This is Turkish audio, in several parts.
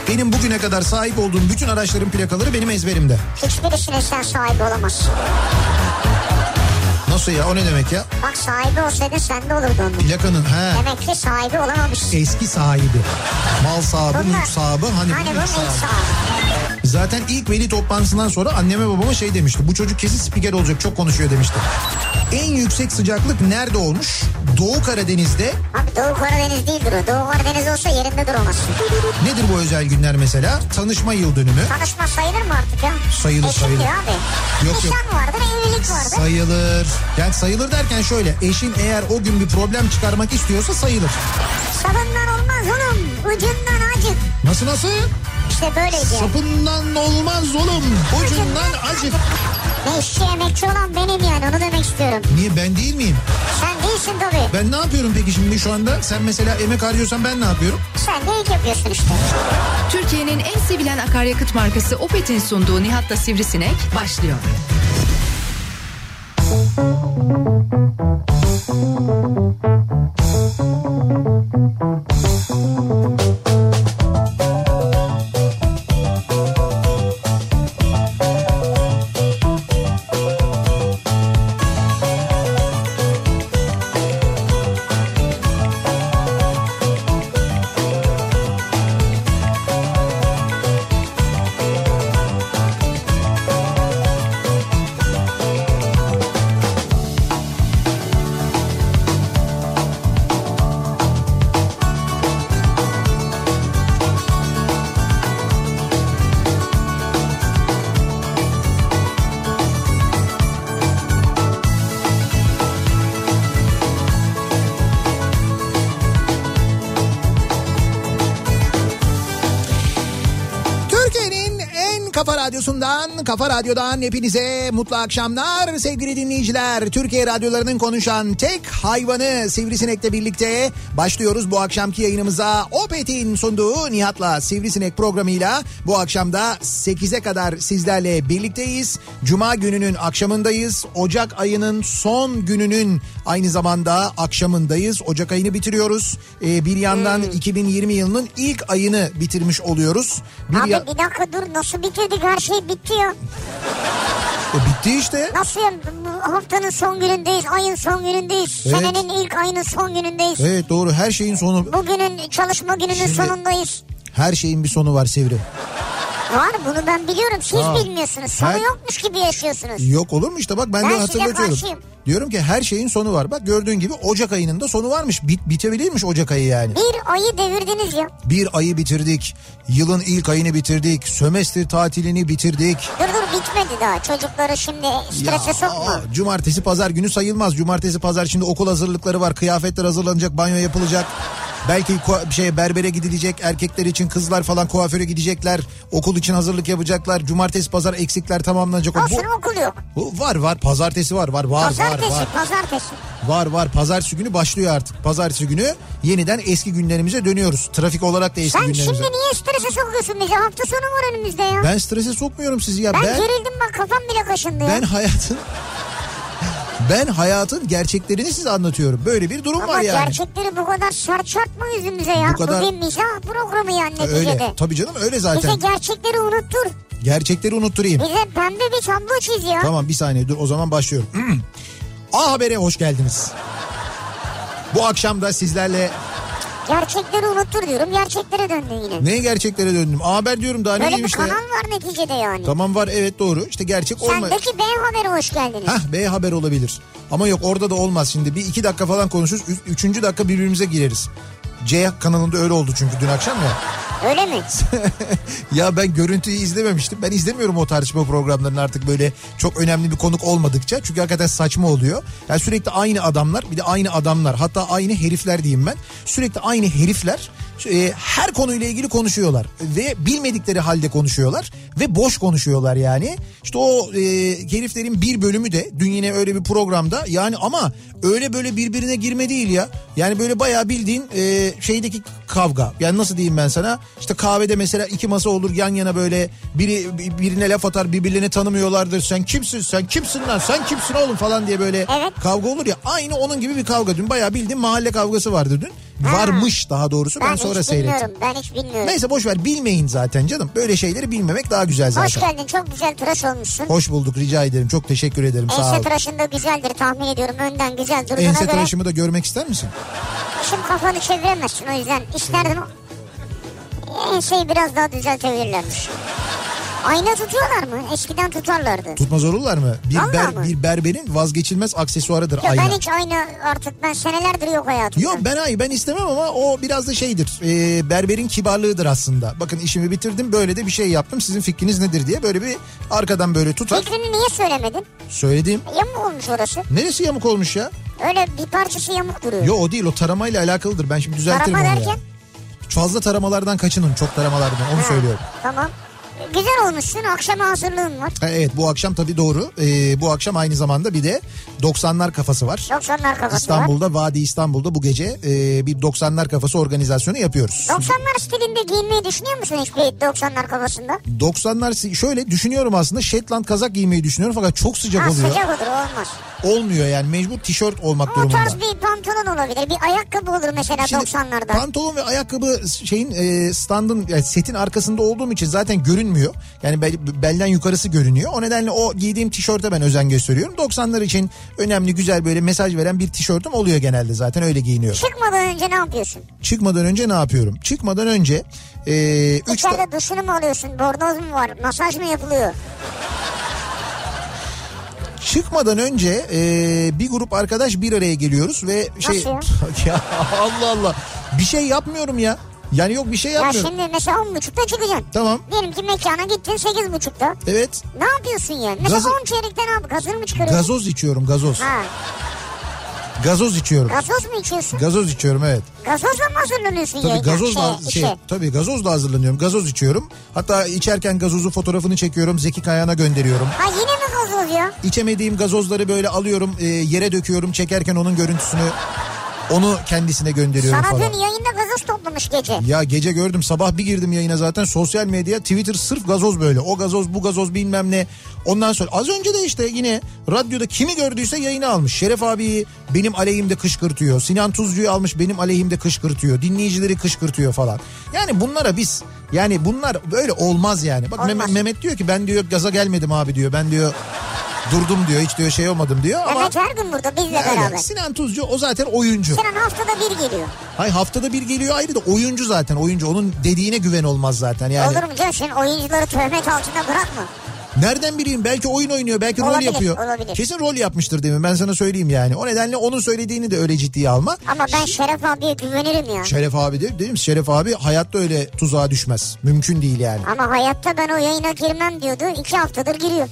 Benim bugüne kadar sahip olduğum bütün araçların plakaları benim ezberimde. Hiçbirisine sen sahibi olamazsın. Nasıl ya, o ne demek ya? Bak sahibi olsaydı sende olurdu onun. Plakanın Demek ki sahibi olamamışsın. Eski sahibi. Mal sahibi, mülk sahibi. Hani bunun ilk sahibi. Zaten ilk veli toplantısından sonra anneme babama şey demişti. Bu çocuk kesin spiker olacak, çok konuşuyor demişti. En yüksek sıcaklık nerede olmuş? Doğu Karadeniz'de. Abi Doğu Karadeniz değildir o. Doğu Karadeniz olsa yerinde duramazsın. Nedir bu özel günler mesela? Tanışma yıl dönümü. Tanışma sayılır mı artık ya? Sayılır. Abi. Yok. Nişan vardır, evlilik vardır. Sayılır. Yani sayılır derken şöyle. Eşin eğer o gün bir problem çıkarmak istiyorsa sayılır. Sapından olmaz oğlum. Ucundan acık. Nasıl? İşte böyleydi. Sapından olmaz oğlum. Ucundan acık. Ne işçi emekçi olan benim yani, onu demek istiyorum. Niye, ben değil miyim? Sen değilsin tabii. Ben ne yapıyorum peki şimdi şu anda? Sen mesela emek harcıyorsan ben ne yapıyorum? Sen de ilk yapıyorsun işte. Türkiye'nin en sevilen akaryakıt markası Opet'in sunduğu Nihat'la Sivrisinek başlıyor. Kafa Radyo'dan hepinize mutlu akşamlar sevgili dinleyiciler. Türkiye radyolarının konuşan tek hayvanı Sivrisinek'le birlikte başlıyoruz bu akşamki yayınımıza. Opet'in sunduğu Nihat'la Sivrisinek programıyla bu akşamda 8'e kadar sizlerle birlikteyiz. Cuma gününün akşamındayız. Ocak ayının son gününün aynı zamanda akşamındayız. Ocak ayını bitiriyoruz. Bir yandan 2020 yılının ilk ayını bitirmiş oluyoruz. Bir dakika dur, nasıl bitirdik, her şey bitti ya. Bitti işte. Nasıl ya? Haftanın son günündeyiz, ayın son günündeyiz. Evet. Senenin ilk ayının son günündeyiz. Evet doğru, her şeyin sonu. Bugünün çalışma gününün sonundayız. Her şeyin bir sonu var Sivri. Var, bunu ben biliyorum, siz bilmiyorsunuz. Sonu yokmuş gibi yaşıyorsunuz. Yok olur mu işte, bak ben de hatırlatıyorum. Diyorum ki her şeyin sonu var. Bak gördüğün gibi Ocak ayının da sonu varmış. Bitebilirmiş Ocak ayı yani. Bir ayı devirdiniz ya. Bir ayı bitirdik. Yılın ilk ayını bitirdik. Sömestr tatilini bitirdik. Dur bitmedi daha. Çocukları şimdi strese sokma. Cumartesi pazar günü sayılmaz. Cumartesi pazar şimdi okul hazırlıkları var. Kıyafetler hazırlanacak, banyo yapılacak. Belki berbere gidilecek, erkekler için kızlar falan kuaföre gidecekler. Okul için hazırlık yapacaklar. Cumartesi pazar eksikler tamamlanacak. Olsun, okul yok. Var pazartesi var. Pazartesi. Var. Pazartesi günü başlıyor artık. Pazartesi günü yeniden eski günlerimize dönüyoruz. Trafik olarak da eski günlerimize. Sen şimdi niye strese sokuyorsun bizi? Hafta sonu var önümüzde ya. Ben strese sokmuyorum sizi ya. Ben gerildim, bak kafam bile kaşındı ya. Ben hayatın gerçeklerini size anlatıyorum. Böyle bir durum var yani. Ama gerçekleri bu kadar sert çarpma yüzümüze ya. Bu bir mizah programı yani neticede. Öyle. Tabii canım, öyle zaten. Bize gerçekleri unuttur. Gerçekleri unutturayım. Bize pembe bir tablo çiz ya. Tamam, bir saniye dur, o zaman başlıyorum. A Haber'e hoş geldiniz. Bu akşam da sizlerle... Gerçekleri unuttur diyorum, gerçeklere döndün yine. Neye gerçeklere döndüm? A Haber diyorum, daha ne diyeyim işte. Böyle bir kanal var neticede yani. Tamam var, evet doğru. İşte gerçek olmaz. Sendeki B Haber'e hoş geldiniz. B Haber olabilir. Ama yok, orada da olmaz şimdi. Bir 2 dakika falan konuşuruz. 3. dakika birbirimize gireriz. C kanalında öyle oldu çünkü dün akşam ya. Öyle mi? Ya ben görüntüyü izlememiştim. Ben izlemiyorum o tartışma programlarını artık, böyle çok önemli bir konuk olmadıkça. Çünkü hakikaten saçma oluyor. Yani sürekli aynı adamlar, bir de aynı adamlar, hatta aynı herifler diyeyim ben. Sürekli aynı herifler her konuyla ilgili konuşuyorlar. Ve bilmedikleri halde konuşuyorlar. Ve boş konuşuyorlar yani. İşte o heriflerin bir bölümü de dün yine öyle bir programda. Yani ama öyle böyle birbirine girme değil ya. Yani böyle bayağı bildiğin şeydeki kavga. Yani nasıl diyeyim ben sana? İşte kahvede mesela 2 masa olur yan yana, böyle biri birine laf atar, birbirlerini tanımıyorlardır. Sen kimsin lan, sen kimsin oğlum falan diye böyle kavga olur ya. Aynı onun gibi bir kavga dün, bayağı bildiğin mahalle kavgası vardı dün. Varmış daha doğrusu. Ben sonra seyrettim. Ben hiç bilmiyorum. Neyse boş ver, bilmeyin zaten canım. Böyle şeyleri bilmemek daha güzel zaten. Hoş geldin, çok güzel tıraş olmuşsun. Hoş bulduk, rica ederim. Çok teşekkür ederim, sağ ol. Ense tıraşın da güzeldir tahmin ediyorum. Önden güzel durduğuna göre. Ense tıraşımı da görmek ister misin? Şimdi kafanı çeviremezsin, o yüzden isterdim. Enseyi biraz daha düzeltebilirlermiş. Ayna tutuyorlar mı? Eskiden tutarlardı. Tutmaz olurlar mı? Bir berberin vazgeçilmez aksesuarıdır ayna. Ben hiç ayna artık senelerdir yok hayatımda. Yok ben istemem ama o biraz da şeydir. Berberin kibarlığıdır aslında. Bakın işimi bitirdim, böyle de bir şey yaptım. Sizin fikriniz nedir diye böyle bir arkadan böyle tutar. Fikrini niye söylemedin? Söyledim. Yamuk olmuş orası. Neresi yamuk olmuş ya? Öyle bir parçası yamuk duruyor. Yok o değil, o taramayla alakalıdır. Ben şimdi düzeltirim Tarama onu derken? ya. Fazla taramalardan kaçının, çok taramalardan, onu söylüyorum. Tamam. Güzel olmuşsun, akşama hazırlığın var. Evet, bu akşam tabii doğru. Bu akşam aynı zamanda bir de 90'lar kafası var. 90'lar kafası İstanbul'da, Vadi İstanbul'da bu gece bir 90'lar kafası organizasyonu yapıyoruz. 90'lar stilinde giyinmeyi düşünüyor musun hiç bir 90'lar kafasında? 90'lar şöyle düşünüyorum aslında, Shetland kazak giymeyi düşünüyorum fakat çok sıcak oluyor. Sıcak olur, olmaz. Olmuyor yani, mecbur tişört olmak durumunda. O tarz bir pantolon olabilir, bir ayakkabı olur mesela. Şimdi 90'larda. Pantolon ve ayakkabı standın, yani setin arkasında olduğum için zaten görünmüyor. Yani belden yukarısı görünüyor. O nedenle o giydiğim tişörte ben özen gösteriyorum. 90'lar için önemli, güzel, böyle mesaj veren bir tişörtüm oluyor genelde, zaten öyle giyiniyorum. Çıkmadan önce ne yapıyorsun? Çıkmadan önce ne yapıyorum? Çıkmadan önce... İçeride duşunu mu alıyorsun? Bornoz mu var? Masaj mı yapılıyor? Çıkmadan önce bir grup arkadaş bir araya geliyoruz ve Nasıl ya? Ya Allah Allah, bir şey yapmıyorum ya. Yani yok, bir şey yapmıyorum. Ya şimdi mesela 10.30'da çıkacaksın. Tamam. Diyelim ki mekana gittin 8.30'da. Evet. Ne yapıyorsun yani? Mesela 10 çeyrekte ne yapıyorsun? Gazını mı çıkarıyorsun? Gazoz içiyorum, gazoz. Ha. Gazoz içiyorum. Gazoz mu içiyorsun? Gazoz içiyorum, evet. Gazozla mı hazırlanıyorsun? Tabii gazozla hazırlanıyorum. Gazoz içiyorum. Hatta içerken gazozu fotoğrafını çekiyorum. Zeki Kayan'a gönderiyorum. Ha, yine mi gazoz ya? İçemediğim gazozları böyle alıyorum, yere döküyorum. Çekerken onun görüntüsünü, onu kendisine gönderiyorum sana falan. Sana dün yayında gazoz toplamış gece. Ya gece gördüm, sabah bir girdim yayına, zaten sosyal medya, Twitter sırf gazoz böyle. O gazoz, bu gazoz, bilmem ne. Ondan sonra az önce de işte yine radyoda kimi gördüyse yayına almış. Şeref abiyi benim aleyhimde kışkırtıyor. Sinan Tuzcu'yu almış, benim aleyhimde kışkırtıyor. Dinleyicileri kışkırtıyor falan. Yani bunlara biz, yani bunlar böyle olmaz yani. Bak olmaz. Mehmet diyor ki ben diyor gaza gelmedim abi diyor. Ben diyor durdum diyor, hiç diyor şey olmadım diyor. Evet, her gün burada bizle beraber. Sinan Tuzcu o zaten oyuncu. Sinan haftada bir geliyor. Hayır, haftada bir geliyor ayrı da oyuncu zaten, oyuncu. Onun dediğine güven olmaz zaten yani. Olur mu canım, sen oyuncuları töhmet altında bırakma. Nereden bileyim, belki oyun oynuyor, belki rol yapıyor. Olabilir. Kesin rol yapmıştır değil mi, ben sana söyleyeyim yani. O nedenle onun söylediğini de öyle ciddiye alma. Ama ben Şeref abiye güvenirim ya. Şeref abi dedim, Şeref abi hayatta öyle tuzağa düşmez. Mümkün değil yani. Ama hayatta ben o yayına girmem diyordu. 2 haftadır giriyor.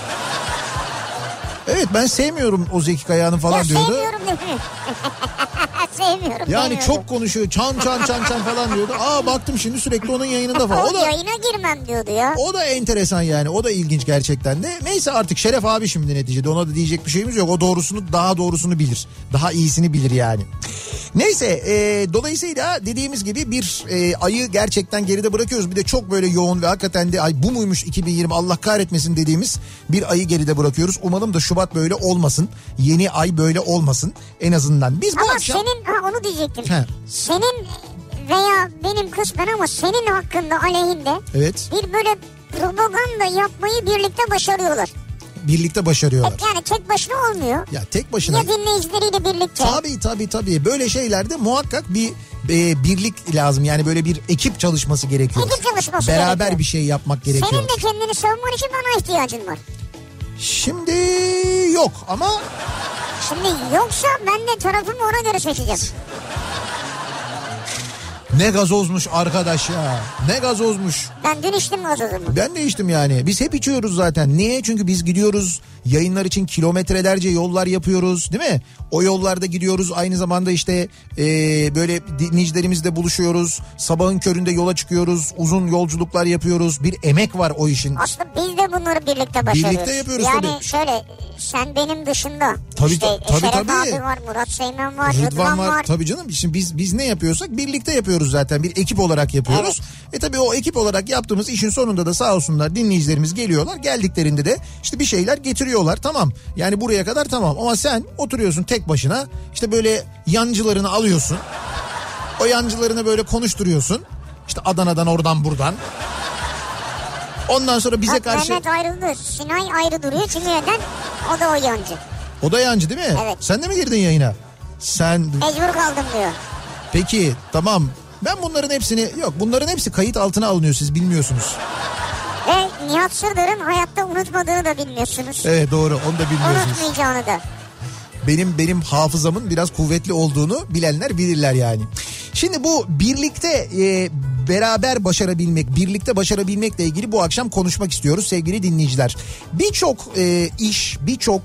Evet, ben sevmiyorum o Zeki Kaya'nın falan ya diyordu. Sevmiyorum demiyor. Sevmiyorum yani demiyordu. çok konuşuyor, çan falan diyordu. Baktım şimdi sürekli onun yayınında falan. O da yayına girmem diyordu ya. O da enteresan yani, o da ilginç gerçekten de. Neyse artık Şeref abi şimdi neticede, ona da diyecek bir şeyimiz yok. O daha doğrusunu bilir. Daha iyisini bilir yani. Neyse dolayısıyla dediğimiz gibi bir ayı gerçekten geride bırakıyoruz. Bir de çok böyle yoğun ve hakikaten de ay bu muymuş 2020 Allah kahretmesin dediğimiz bir ayı geride bırakıyoruz. Umalım da Şubat böyle olmasın. Yeni ay böyle olmasın en azından. Biz bu ama akşam... onu diyecektim. Senin veya benim kısmen ama senin hakkında aleyhinde evet. Bir böyle propaganda yapmayı birlikte başarıyorlar. Birlikte başarıyorlar. Yani tek başına olmuyor. Ya tek başına. Ya dinleyicileriyle birlikte. Tabii. Böyle şeylerde muhakkak bir birlik lazım. Yani böyle bir ekip çalışması gerekiyor. Ekip çalışması beraber gerekiyor. Bir şey yapmak gerekiyor. Senin de kendini savunman için bana ihtiyacın var. Şimdi yok ama... Şimdi yoksa ben de tarafımı ona göre seçeceğim. Ne gazozmuş arkadaş ya. Ne gazozmuş. Ben dün içtim gazozumu. Ben de içtim yani. Biz hep içiyoruz zaten. Niye? Çünkü biz gidiyoruz. Yayınlar için kilometrelerce yollar yapıyoruz, değil mi? O yollarda gidiyoruz. Aynı zamanda işte böyle dinleyicilerimizle buluşuyoruz. Sabahın köründe yola çıkıyoruz. Uzun yolculuklar yapıyoruz. Bir emek var o işin. Aslında biz de bunları birlikte başarıyoruz. Birlikte yapıyoruz yani tabii. Şöyle sen benim dışında. Tabii, işte tabii. Şeref abi var, Murat Seymen var, Rıdvan var. Tabii canım. Şimdi biz ne yapıyorsak birlikte yapıyoruz zaten. Bir ekip olarak yapıyoruz. Evet. Tabii o ekip olarak yaptığımız işin sonunda da sağ olsunlar dinleyicilerimiz geliyorlar. Geldiklerinde de işte bir şeyler getiriyorlar. Tamam. Yani buraya kadar tamam. Ama sen oturuyorsun tek başına. İşte böyle yancılarını alıyorsun. O yancılarını böyle konuşturuyorsun. İşte Adana'dan oradan buradan. Ondan sonra bize Bak, karşı... Mehmet ayrıldı. Sinay ayrı duruyor. Çünkü neden? O da o yancı. O da yancı değil mi? Evet. Sen de mi girdin yayına? Sen... Mecbur kaldım diyor. Peki tamam. Ben bunların hepsini... Yok, bunların hepsi kayıt altına alınıyor, siz bilmiyorsunuz. Ve Nihat Sırdar'ın hayatta unutmadığını da bilmiyorsunuz. Evet, doğru, onu da bilmiyorsunuz. Unutmayacağını da. Benim hafızamın biraz kuvvetli olduğunu bilenler bilirler yani. Şimdi bu birlikte beraber başarabilmek, birlikte başarabilmekle ilgili bu akşam konuşmak istiyoruz sevgili dinleyiciler. Birçok iş, birçok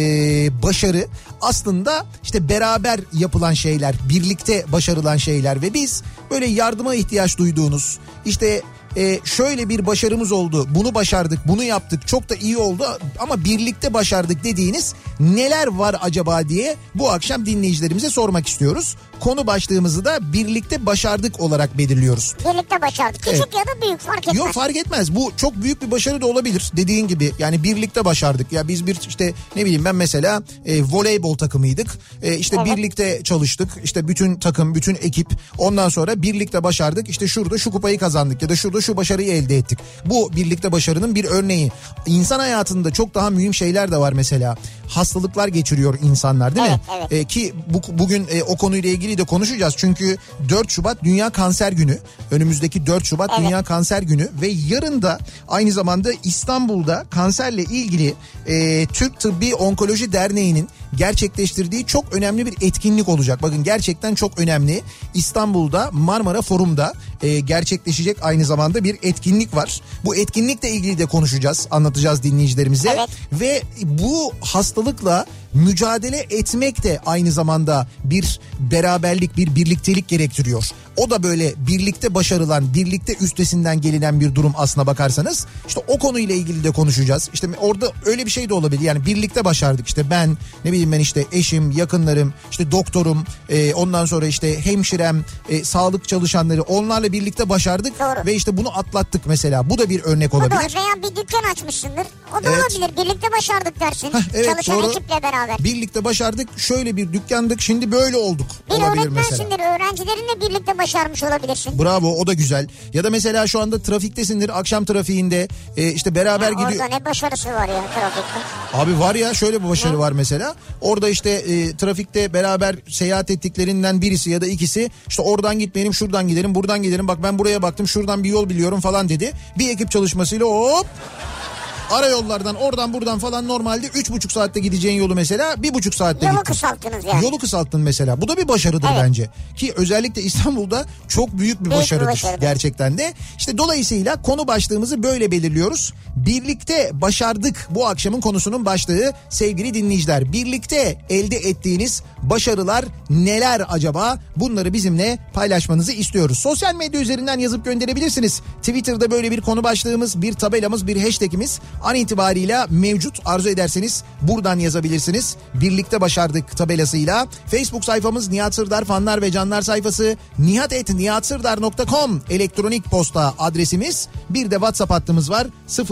başarı aslında işte beraber yapılan şeyler, birlikte başarılan şeyler ve biz böyle yardıma ihtiyaç duyduğunuz, işte şöyle bir başarımız oldu, bunu başardık, bunu yaptık, çok da iyi oldu ama birlikte başardık dediğiniz neler var acaba diye bu akşam dinleyicilerimize sormak istiyoruz. Konu başlığımızı da birlikte başardık olarak belirliyoruz. Birlikte başardık. Küçük Evet. ya da büyük fark etmez. Yok, fark etmez. Bu çok büyük bir başarı da olabilir. Dediğin gibi yani birlikte başardık. Ya biz bir işte ne bileyim ben mesela voleybol takımıydık. İşte Evet. birlikte çalıştık. İşte bütün takım, bütün ekip. Ondan sonra birlikte başardık. İşte şurada şu kupayı kazandık ya da şurada şu başarıyı elde ettik. Bu birlikte başarının bir örneği. İnsan hayatında çok daha mühim şeyler de var mesela. Hastalıklar geçiriyor insanlar değil mi? Evet. Ki bugün o konuyla ilgili de konuşacağız. Çünkü 4 Şubat Dünya Kanser Günü. Önümüzdeki 4 Şubat Evet. Dünya Kanser Günü ve yarın da aynı zamanda İstanbul'da kanserle ilgili Türk Tıbbi Onkoloji Derneği'nin gerçekleştirdiği çok önemli bir etkinlik olacak. Bakın gerçekten çok önemli. İstanbul'da Marmara Forum'da gerçekleşecek aynı zamanda bir etkinlik var. Bu etkinlikle ilgili de konuşacağız, anlatacağız dinleyicilerimize. Evet. Ve bu hastalıkla mücadele etmek de aynı zamanda bir beraberlik, bir birliktelik gerektiriyor. O da böyle birlikte başarılan, birlikte üstesinden gelinen bir durum aslına bakarsanız. İşte o konuyla ilgili de konuşacağız. İşte orada öyle bir şey de olabilir. Yani birlikte başardık. İşte ben, ne bileyim ben, işte eşim, yakınlarım, işte doktorum, ondan sonra işte hemşirem, sağlık çalışanları, onlarla birlikte başardık. Doğru. Ve işte bunu atlattık mesela. Bu da bir örnek O da olabilir. veya bir dükkan açmışsındır. O da Evet. olabilir. Birlikte başardık dersin. Evet, Çalışan doğru. ekiple beraber. Birlikte başardık, şöyle bir dükkandık, şimdi böyle olduk. Bir Olabilir öğretmensindir, mesela. öğrencilerinle birlikte başarmış olabilirsin. Bravo, o da güzel. Ya da mesela şu anda trafiktesindir, akşam trafiğinde işte beraber gidiyor. Orada ne başarısı var ya trafikte. Abi var ya, şöyle bir başarı var mesela. Orada işte trafikte beraber seyahat ettiklerinden birisi ya da ikisi işte oradan gitmeyelim, şuradan gidelim, buradan gidelim. Bak ben buraya baktım, şuradan bir yol biliyorum falan dedi. Bir ekip çalışmasıyla hop, ara yollardan oradan buradan falan normalde 3,5 saatte gideceğin yolu mesela 1,5 saatte Yolu gittin. kısalttınız yani. Yolu kısalttın mesela. Bu da bir başarıdır Evet. bence. Ki özellikle İstanbul'da çok büyük bir başarıdır gerçekten de. İşte dolayısıyla konu başlığımızı böyle belirliyoruz. Birlikte başardık bu akşamın konusunun başlığı sevgili dinleyiciler. Birlikte elde ettiğiniz başarılar neler acaba? Bunları bizimle paylaşmanızı istiyoruz. Sosyal medya üzerinden yazıp gönderebilirsiniz. Twitter'da böyle bir konu başlığımız, bir tabelamız, bir hashtagimiz an itibariyle mevcut. Arzu ederseniz buradan yazabilirsiniz. Birlikte başardık tabelasıyla. Facebook sayfamız Nihat Sırdar fanlar ve canlar sayfası, nihat@nihatsırdar.com elektronik posta adresimiz. Bir de WhatsApp hattımız var.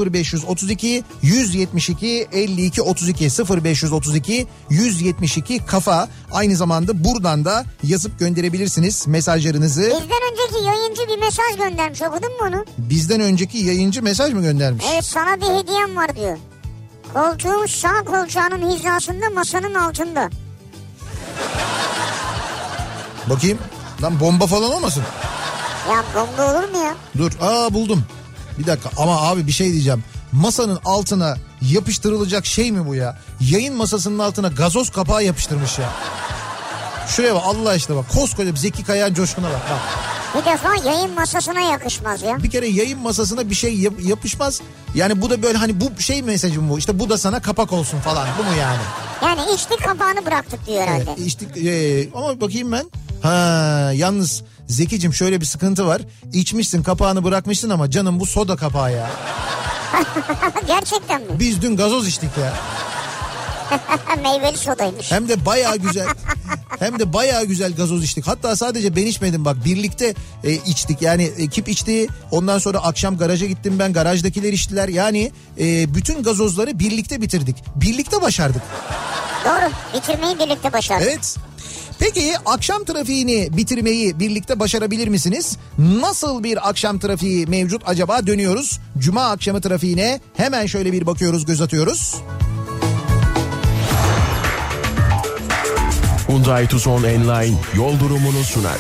0532 172 52 32 0532 172 kafa. Aynı zamanda buradan da yazıp gönderebilirsiniz mesajlarınızı. Bizden önceki yayıncı bir mesaj göndermiş, okudun mu onu? Bizden önceki yayıncı mesaj mı göndermiş? Evet, sana bir hediyem var diyor. Koltuğun sağ kolçağının hizasında, masanın altında. Bakayım. Lan bomba falan olmasın? Ya bomba olur mu ya? Dur, buldum. Bir dakika ama abi bir şey diyeceğim. Masanın altına yapıştırılacak şey mi bu ya? Yayın masasının altına gazoz kapağı yapıştırmış ya. Şuraya bak Allah aşkına bak. Koskoca Zeki Kayağan Coşkun'a bak. Bir defa yayın masasına yakışmaz ya. Bir kere yayın masasına bir şey yapışmaz. Yani bu da böyle hani bu şey mesajı mı bu? İşte bu da sana kapak olsun falan. Bu mu yani? Yani içtik kapağını bıraktık diyor herhalde. Evet, içtik, ama bakayım ben. Yalnız Zekicim şöyle bir sıkıntı var. İçmişsin, kapağını bırakmışsın ama canım bu soda kapağı ya. Gerçekten mi? Biz dün gazoz içtik ya. Meyveli sodaymış. Hem de bayağı güzel. Hem de bayağı güzel gazoz içtik. Hatta sadece ben içmedim bak, birlikte içtik. Yani ekip içti. Ondan sonra akşam garaja gittim ben. Garajdakiler içtiler. Yani bütün gazozları birlikte bitirdik. Birlikte başardık. Doğru. Bitirmeyi birlikte başardık. Evet. Peki akşam trafiğini bitirmeyi birlikte başarabilir misiniz? Nasıl bir akşam trafiği mevcut acaba? Dönüyoruz. Cuma akşamı trafiğine hemen şöyle bir bakıyoruz, göz atıyoruz. Hyundai Tucson Enline yol durumunu sunar.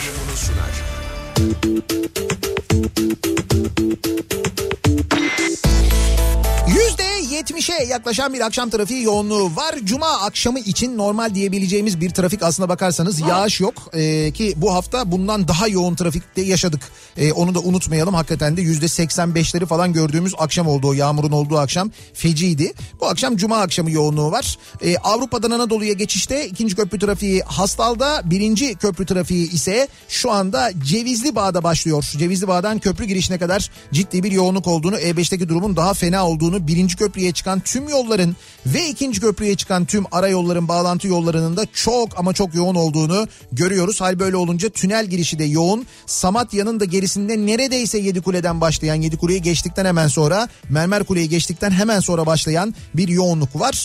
%70'e yaklaşan bir akşam trafiği yoğunluğu var. Cuma akşamı için normal diyebileceğimiz bir trafik aslına bakarsanız. Yağış yok ki bu hafta bundan daha yoğun trafikte yaşadık. Onu da unutmayalım, hakikaten de %85'leri falan gördüğümüz akşam oldu, o yağmurun olduğu akşam feciydi. Bu akşam Cuma akşamı yoğunluğu var. Avrupa'dan Anadolu'ya geçişte 2. köprü trafiği Hastal'da, 1. köprü trafiği ise şu anda Cevizlibağ'da başlıyor. Cevizlibağ'dan köprü girişine kadar ciddi bir yoğunluk olduğunu, E5'teki durumun daha fena olduğunu, 1. köprüye çıkan tüm yolların ve 2. köprüye çıkan tüm ara yolların, bağlantı yollarının da çok ama çok yoğun olduğunu görüyoruz. Hal böyle olunca tünel girişi de yoğun. Samatya'nın da gerisinde neredeyse Yedikule'den başlayan, Yedikule'yi geçtikten hemen sonra, Mermerkule'yi geçtikten hemen sonra başlayan bir yoğunluk var.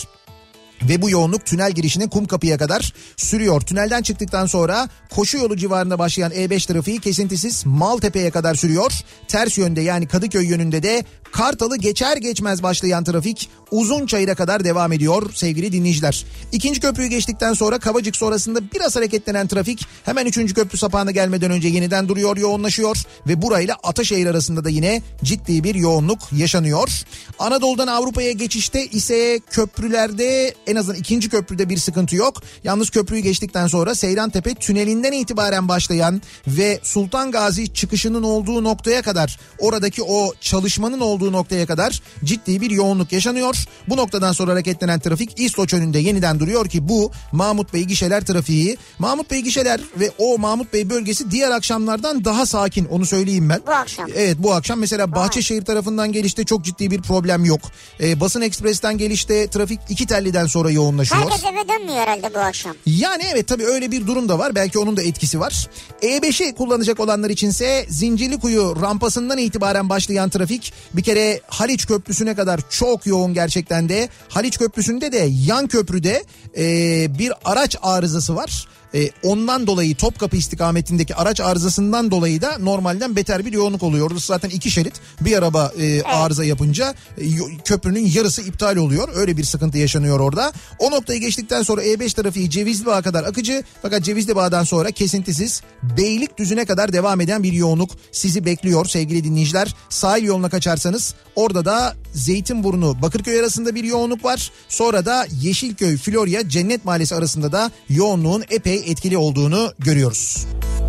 Ve bu yoğunluk tünel girişine, Kumkapı'ya kadar sürüyor. Tünelden çıktıktan sonra koşu yolu civarında başlayan E5 trafiği kesintisiz Maltepe'ye kadar sürüyor. Ters yönde, yani Kadıköy yönünde de Kartal'ı geçer geçmez başlayan trafik Uzunçayır'a kadar devam ediyor sevgili dinleyiciler. 2. köprüyü geçtikten sonra Kavacık sonrasında biraz hareketlenen trafik hemen 3. köprü sapağına gelmeden önce yeniden duruyor, yoğunlaşıyor ve burayla Ataşehir arasında da yine ciddi bir yoğunluk yaşanıyor. Anadolu'dan Avrupa'ya geçişte ise köprülerde, en azından 2. köprüde bir sıkıntı yok. Yalnız köprüyü geçtikten sonra Seyrantepe tünelinden itibaren başlayan ve Sultan Gazi çıkışının olduğu noktaya kadar, oradaki o çalışmanın olduğu noktaya kadar ciddi bir yoğunluk yaşanıyor. Bu noktadan sonra hareketlenen trafik İstoç önünde yeniden duruyor ki bu Mahmut Bey gişeler trafiği. Mahmut Bey gişeler ve o Mahmut Bey bölgesi diğer akşamlardan daha sakin, onu söyleyeyim ben. Bu akşam. Evet, bu akşam mesela Bahçeşehir tarafından gelişte çok ciddi bir problem yok. Basın Ekspres'ten gelişte trafik 2 telliden sonra yoğunlaşıyor. Herkes eve dönmüyor herhalde bu akşam. Yani evet, tabii öyle bir durum da var. Belki onun da etkisi var. E5'i kullanacak olanlar içinse Zincirlikuyu rampasından itibaren başlayan trafik bir kere Haliç Köprüsü'ne kadar çok yoğun gerçekten de. Haliç Köprüsü'nde de yan köprüde bir araç arızası var. Ondan dolayı, Topkapı istikametindeki araç arızasından dolayı da normalden beter bir yoğunluk oluyor. Orası zaten 2 şerit, bir araba arıza yapınca köprünün yarısı iptal oluyor. Öyle bir sıkıntı yaşanıyor orada. O noktayı geçtikten sonra E5 trafiği Cevizlibağ'a kadar akıcı, fakat Cevizlibağ'dan sonra kesintisiz Beylikdüzü'ne kadar devam eden bir yoğunluk sizi bekliyor sevgili dinleyiciler. Sahil yoluna kaçarsanız orada da Zeytinburnu Bakırköy arasında bir yoğunluk var. Sonra da Yeşilköy Florya Cennet Mahallesi arasında da yoğunluğun epey etkili olduğunu görüyoruz.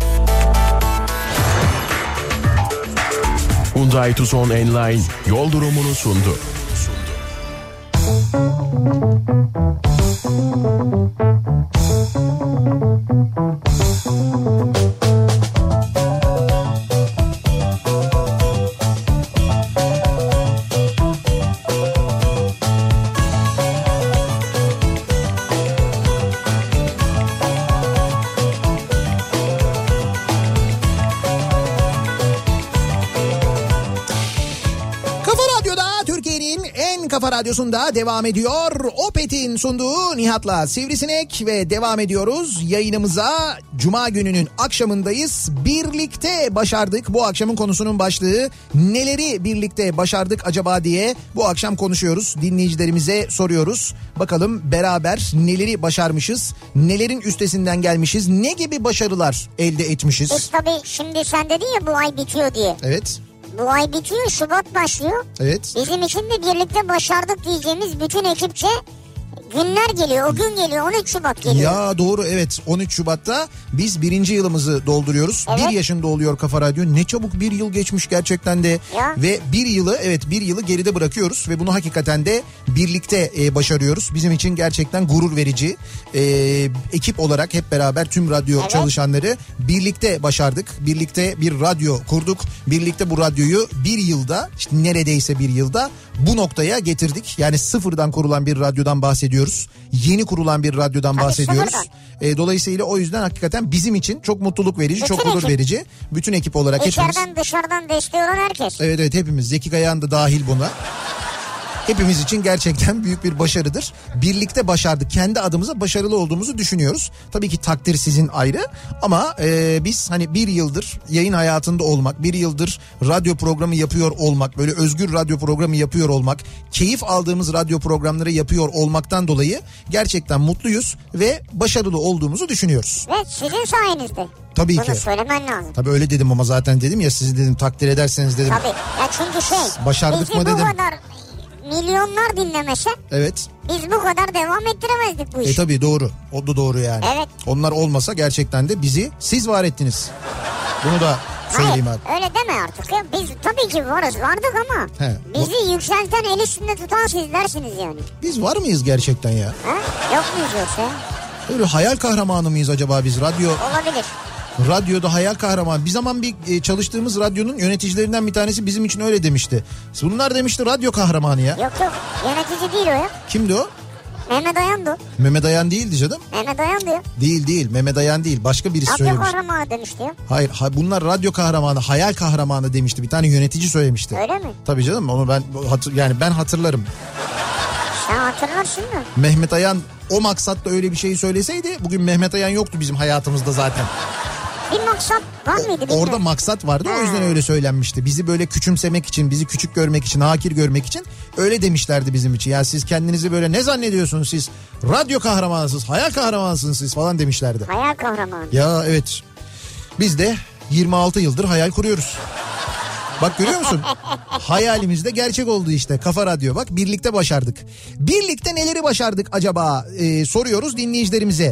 Hyundai Tucson Enline yol durumunu sundu. Kafa Radyosu'nda devam ediyor. Opet'in sunduğu Nihat'la Sivrisinek ve devam ediyoruz yayınımıza. Cuma gününün akşamındayız. Birlikte başardık. Bu akşamın konusunun başlığı, neleri birlikte başardık acaba diye bu akşam konuşuyoruz. Dinleyicilerimize soruyoruz. Bakalım beraber neleri başarmışız, nelerin üstesinden gelmişiz, ne gibi başarılar elde etmişiz. Biz tabii şimdi sen dedin ya bu ay bitiyor diye. Evet. Bu ay bitiyor, Şubat başlıyor. Evet. Bizim için de birlikte başardık diyeceğimiz bütün ekipçe günler geliyor. O gün geliyor, 13 Şubat geliyor. Ya doğru, evet, 13 Şubat'ta biz 1. yılımızı dolduruyoruz. Evet. 1 yaşında oluyor Kafa Radyo. Ne çabuk bir yıl geçmiş gerçekten de. Ya. Ve bir yılı geride bırakıyoruz ve bunu hakikaten de birlikte başarıyoruz. Bizim için gerçekten gurur verici. Ekip olarak hep beraber tüm radyo çalışanları birlikte başardık. Birlikte bir radyo kurduk. Birlikte bu radyoyu bir yılda, işte neredeyse bir yılda bu noktaya getirdik. Yani sıfırdan kurulan bir radyodan bahsediyoruz. Yeni kurulan bir radyodan bahsediyoruz. Dolayısıyla o yüzden hakikaten bizim için çok mutluluk verici, bütün çok gurur verici. Bütün ekip olarak İçeriden hepimiz. Dışarıdan desteği olan herkes. Evet hepimiz. Zeki Kayağan da dahil buna. hepimiz için gerçekten büyük bir başarıdır. Birlikte başardık. Kendi adımıza başarılı olduğumuzu düşünüyoruz. Tabii ki takdir sizin ayrı ama biz hani bir yıldır yayın hayatında olmak, bir yıldır radyo programı yapıyor olmak, böyle özgür radyo programı yapıyor olmak, keyif aldığımız radyo programları yapıyor olmaktan dolayı gerçekten mutluyuz ve başarılı olduğumuzu düşünüyoruz. Ve sizin sayenizde. Tabii Bunu ki. söylemen lazım. Tabii öyle dedim ama zaten dedim ya, sizi dedim takdir ederseniz dedim. Tabii. Ya çünkü başardık bizi mı dedim. bu kadar milyonlar dinlemese Evet. biz bu kadar devam ettiremezdik bu işi. Tabii doğru. O da doğru yani. Evet. Onlar olmasa gerçekten de bizi siz var ettiniz. Bunu da söyleyeyim Hayır, abi. öyle deme artık ya. Biz tabii ki vardık ama He, bizi yükselten, el üstünde tutan sizlersiniz yani. Biz var mıyız gerçekten ya? Ha? Yok muyuz yoksa? Öyle hayal kahramanı mıyız acaba biz? Olabilir. Radyoda hayal kahraman. Bir zaman bir çalıştığımız radyonun yöneticilerinden bir tanesi bizim için öyle demişti. Bunlar demişti radyo kahramanı ya. Yok yönetici değil o ya. Kimdi o? Mehmet Ayan'dı. Mehmet Ayan değildi canım. Mehmet Ayan diyor. Değil Mehmet Ayan değil, başka birisi Radyo söylemişti. kahramanı demişti ya. Hayır bunlar radyo kahramanı, hayal kahramanı demişti. Bir tane yönetici söylemişti. Öyle mi? Tabii canım, onu ben hatırlarım. Sen hatırlarsın mı? Mehmet Ayan o maksatla öyle bir şeyi söyleseydi bugün Mehmet Ayan yoktu bizim hayatımızda zaten. Bir maksat var mıydı bilmiyorum. Orada maksat vardı, o yüzden öyle söylenmişti. Bizi böyle küçümsemek için, bizi küçük görmek için, hakir görmek için öyle demişlerdi bizim için. Ya siz kendinizi böyle ne zannediyorsunuz, siz radyo kahramanısınız, hayal kahramanısınız siz falan demişlerdi. Hayal kahramanı. Ya evet, biz de 26 yıldır hayal kuruyoruz. Bak görüyor musun? Hayalimiz de gerçek oldu işte. Kafa Radyo, bak birlikte başardık. Birlikte neleri başardık acaba soruyoruz dinleyicilerimize.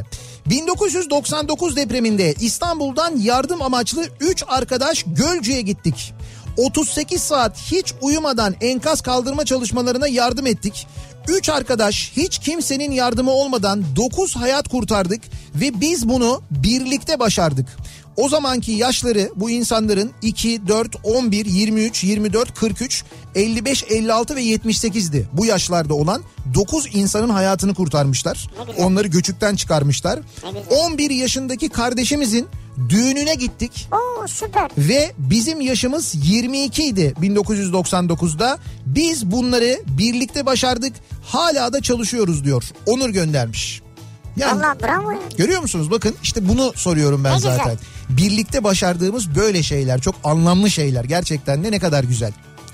1999 depreminde İstanbul'dan yardım amaçlı 3 arkadaş Gölcük'e gittik. 38 saat hiç uyumadan enkaz kaldırma çalışmalarına yardım ettik. 3 arkadaş hiç kimsenin yardımı olmadan 9 hayat kurtardık ve biz bunu birlikte başardık. O zamanki yaşları bu insanların 2, 4, 11, 23, 24, 43, 55, 56 ve 78'di. Bu yaşlarda olan 9 insanın hayatını kurtarmışlar. Onları göçükten çıkarmışlar. 11 yaşındaki kardeşimizin düğününe gittik. Oo süper. Ve bizim yaşımız 22 idi 1999'da. Biz bunları birlikte başardık. Hala da çalışıyoruz diyor. Onur göndermiş. Yani, Allah bravo. Görüyor musunuz? Bakın işte bunu soruyorum ben zaten. Güzel. Birlikte başardığımız böyle şeyler, çok anlamlı şeyler. Gerçekten de ne kadar güzel.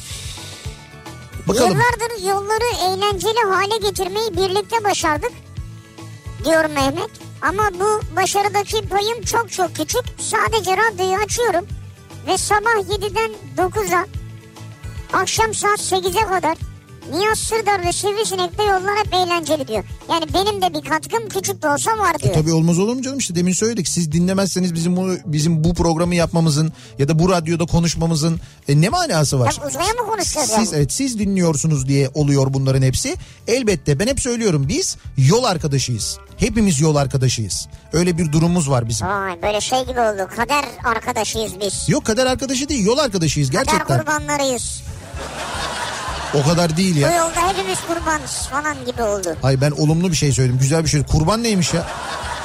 Bakalım. Yıllardır yolları eğlenceli hale getirmeyi birlikte başardık diyor Mehmet. Ama bu başarıdaki payım çok çok küçük. Sadece radyoyu açıyorum ve sabah 7'den 9'a akşam saat 8'e kadar Nihat Sırdar ve Sivrisinek'te yollar hep eğlenceli diyor. Yani benim de bir katkım küçük de olsa var diyor. Tabii olmaz olur mu canım, işte demin söyledik. Siz dinlemezseniz bizim bu programı yapmamızın ya da bu radyoda konuşmamızın ne manası var? Ya uzaya mı konuşuyoruz? Siz dinliyorsunuz diye oluyor bunların hepsi. Elbette ben hep söylüyorum, biz yol arkadaşıyız. Hepimiz yol arkadaşıyız. Öyle bir durumumuz var bizim. Vay, böyle şey gibi oldu. Kader arkadaşıyız biz. Yok, kader arkadaşı değil, yol arkadaşıyız gerçekten. Kader kurbanlarıyız. O kadar değil ya. Bu yolda hepimiz kurbanız falan gibi oldu. Hayır, ben olumlu bir şey söyledim. Güzel bir şey. Kurban neymiş ya?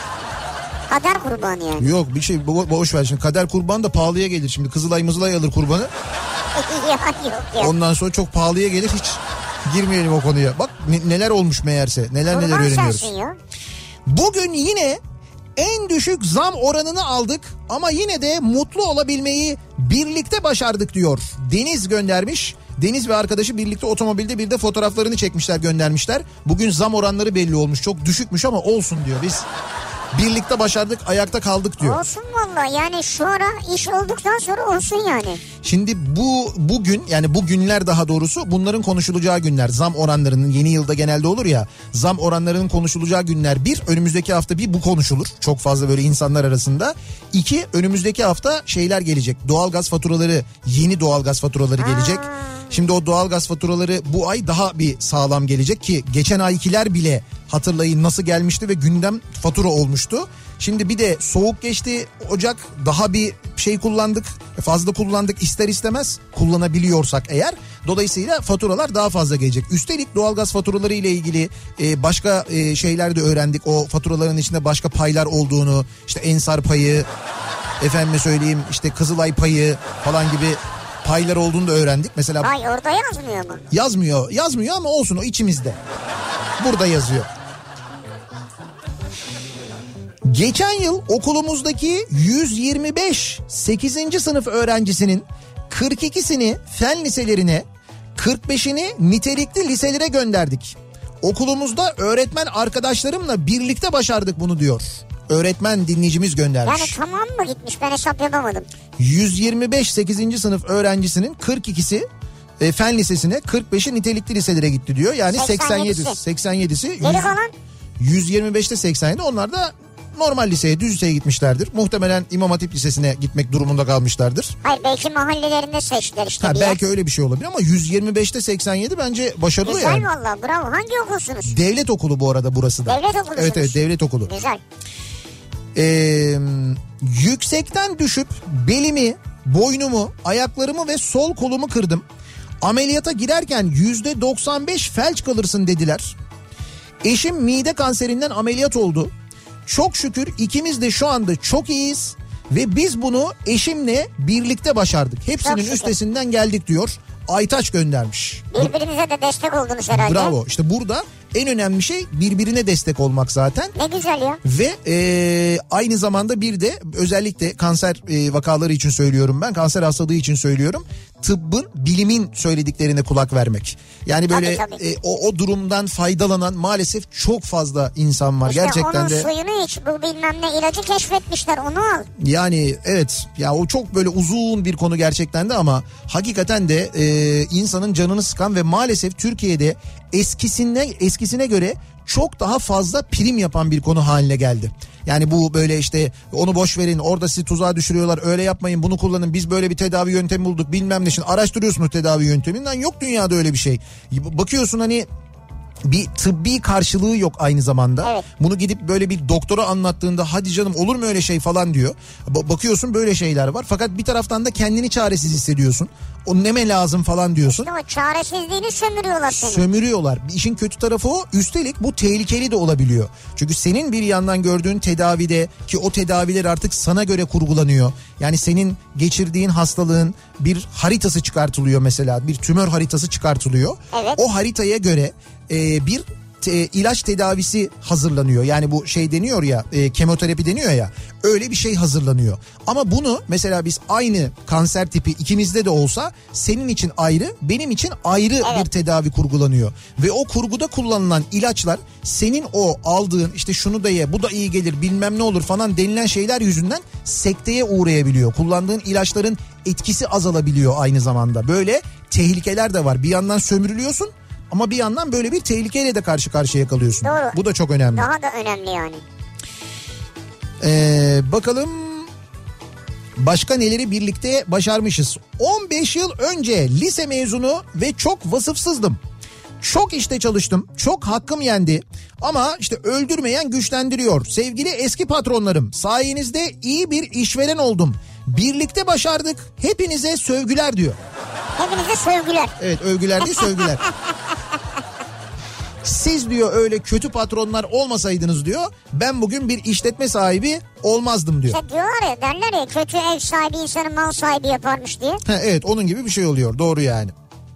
Kader kurbanı yani. Yok bir şey boş ver şimdi. Kader kurban da pahalıya gelir. Şimdi Kızılay Mızılay alır kurbanı. Ya yok ya. Ondan sonra çok pahalıya gelir, hiç girmeyelim o konuya. Bak neler olmuş meğerse. Neler Kurban öğreniyoruz. sensin ya. Bugün yine en düşük zam oranını aldık ama yine de mutlu olabilmeyi birlikte başardık diyor. Deniz göndermiş. Deniz ve arkadaşı birlikte otomobilde bir de fotoğraflarını çekmişler, göndermişler. Bugün zam oranları belli olmuş. Çok düşükmüş ama olsun diyor. Biz birlikte başardık, ayakta kaldık diyor. Olsun valla, yani şu ara iş olduktan sonra olsun yani. Şimdi bugün, yani bu günler daha doğrusu bunların konuşulacağı günler. Zam oranlarının, yeni yılda genelde olur ya, zam oranlarının konuşulacağı günler. Bir, önümüzdeki hafta bu konuşulur. Çok fazla böyle insanlar arasında. İki, önümüzdeki hafta şeyler gelecek. Doğalgaz faturaları, yeni doğalgaz faturaları gelecek. Şimdi o doğalgaz faturaları bu ay daha bir sağlam gelecek ki geçen aykiler bile hatırlayın nasıl gelmişti ve gündem fatura olmuştu. Şimdi bir de soğuk geçti Ocak, daha bir şey kullandık, fazla kullandık ister istemez, kullanabiliyorsak eğer. Dolayısıyla faturalar daha fazla gelecek. Üstelik doğalgaz faturaları ile ilgili başka şeyler de öğrendik. O faturaların içinde başka paylar olduğunu, işte Ensar payı, efendime söyleyeyim işte Kızılay payı falan gibi paylar olduğunu da öğrendik. Mesela Pay orada yazmıyor mu? Yazmıyor ama olsun, o içimizde. Burada yazıyor. Geçen yıl okulumuzdaki 125 8. sınıf öğrencisinin 42'sini fen liselerine, 45'ini nitelikli liselere gönderdik. Okulumuzda öğretmen arkadaşlarımla birlikte başardık bunu diyor. Öğretmen dinleyicimiz göndermiş. Yani tamam mı gitmiş, ben hesap yapamadım. 125 8. sınıf öğrencisinin 42'si fen lisesine, 45'i nitelikli liselere gitti diyor. Yani 87'si. Geri kalan? 125'te 87, onlar da normal liseye, düz liseye gitmişlerdir. Muhtemelen İmam Hatip Lisesi'ne gitmek durumunda kalmışlardır. Hayır, belki mahallelerinde seçtiler işte. Belki öyle bir şey olabilir ama 125'te 87 bence başarılı. Güzel yani. Güzel valla, bravo. Hangi okulsunuz? Devlet okulu bu arada burası da. Devlet okulu. Evet, devlet okulu. Güzel. Yüksekten düşüp belimi, boynumu, ayaklarımı ve sol kolumu kırdım. Ameliyata girerken %95 felç kalırsın dediler. Eşim mide kanserinden ameliyat oldu. Çok şükür ikimiz de şu anda çok iyiyiz ve biz bunu eşimle birlikte başardık. Hepsinin üstesinden geldik diyor. Aytaç göndermiş. Birbirinize de destek oldunuz herhalde. Bravo. İşte burada en önemli şey birbirine destek olmak zaten. Ne güzel ya. Ve aynı zamanda bir de özellikle kanser vakaları için söylüyorum ben. Kanser hastalığı için söylüyorum. Tıbbın, bilimin söylediklerine kulak vermek. Yani böyle tabii. O durumdan faydalanan maalesef çok fazla insan var. İşte gerçekten onun de. suyunu iç, bu bilmem ne ilacı keşfetmişler, onu al. Yani evet ya, o çok böyle uzun bir konu gerçekten de ama hakikaten de insanın canını sıkan ve maalesef Türkiye'de eskisine göre çok daha fazla prim yapan bir konu haline geldi. Yani bu böyle işte onu boş verin, orada sizi tuzağa düşürüyorlar, öyle yapmayın, bunu kullanın, biz böyle bir tedavi yöntemi bulduk bilmem ne. Şimdi araştırıyorsunuz tedavi yönteminden, yok dünyada öyle bir şey. Bakıyorsun hani bir tıbbi karşılığı yok aynı zamanda. Evet. Bunu gidip böyle bir doktora anlattığında hadi canım olur mu öyle şey falan diyor. Bakıyorsun böyle şeyler var, fakat bir taraftan da kendini çaresiz hissediyorsun. O neme lazım falan diyorsun. İşte o çaresizliğini sömürüyorlar seni. Sömürüyorlar. İşin kötü tarafı o. Üstelik bu tehlikeli de olabiliyor. Çünkü senin bir yandan gördüğün tedavide, ki o tedaviler artık sana göre kurgulanıyor. Yani senin geçirdiğin hastalığın bir haritası çıkartılıyor mesela. Bir tümör haritası çıkartılıyor. Evet. O haritaya göre bir ilaç tedavisi hazırlanıyor. Yani bu şey deniyor ya, kemoterapi deniyor ya, öyle bir şey hazırlanıyor. Ama bunu mesela biz aynı kanser tipi ikimizde de olsa senin için ayrı, benim için ayrı bir tedavi kurgulanıyor. Ve o kurguda kullanılan ilaçlar senin o aldığın işte şunu da ye, bu da iyi gelir, bilmem ne olur falan denilen şeyler yüzünden sekteye uğrayabiliyor. Kullandığın ilaçların etkisi azalabiliyor aynı zamanda. Böyle tehlikeler de var. Bir yandan sömürülüyorsun ama bir yandan böyle bir tehlikeyle de karşı karşıya kalıyorsun. Doğru. Bu da çok önemli. Daha da önemli yani. Bakalım başka neleri birlikte başarmışız. 15 yıl önce lise mezunu ve çok vasıfsızdım. Çok işte çalıştım, çok hakkım yendi ama işte öldürmeyen güçlendiriyor. Sevgili eski patronlarım, sayenizde iyi bir işveren oldum. Birlikte başardık. Hepinize sövgüler diyor. Hepinize sövgüler. Evet, övgüler değil, sövgüler. Siz diyor öyle kötü patronlar olmasaydınız diyor, ben bugün bir işletme sahibi olmazdım diyor. İşte diyorlar ya, derler ya, kötü ev sahibi insanı mal sahibi yaparmış diye. Evet, onun gibi bir şey oluyor, doğru yani.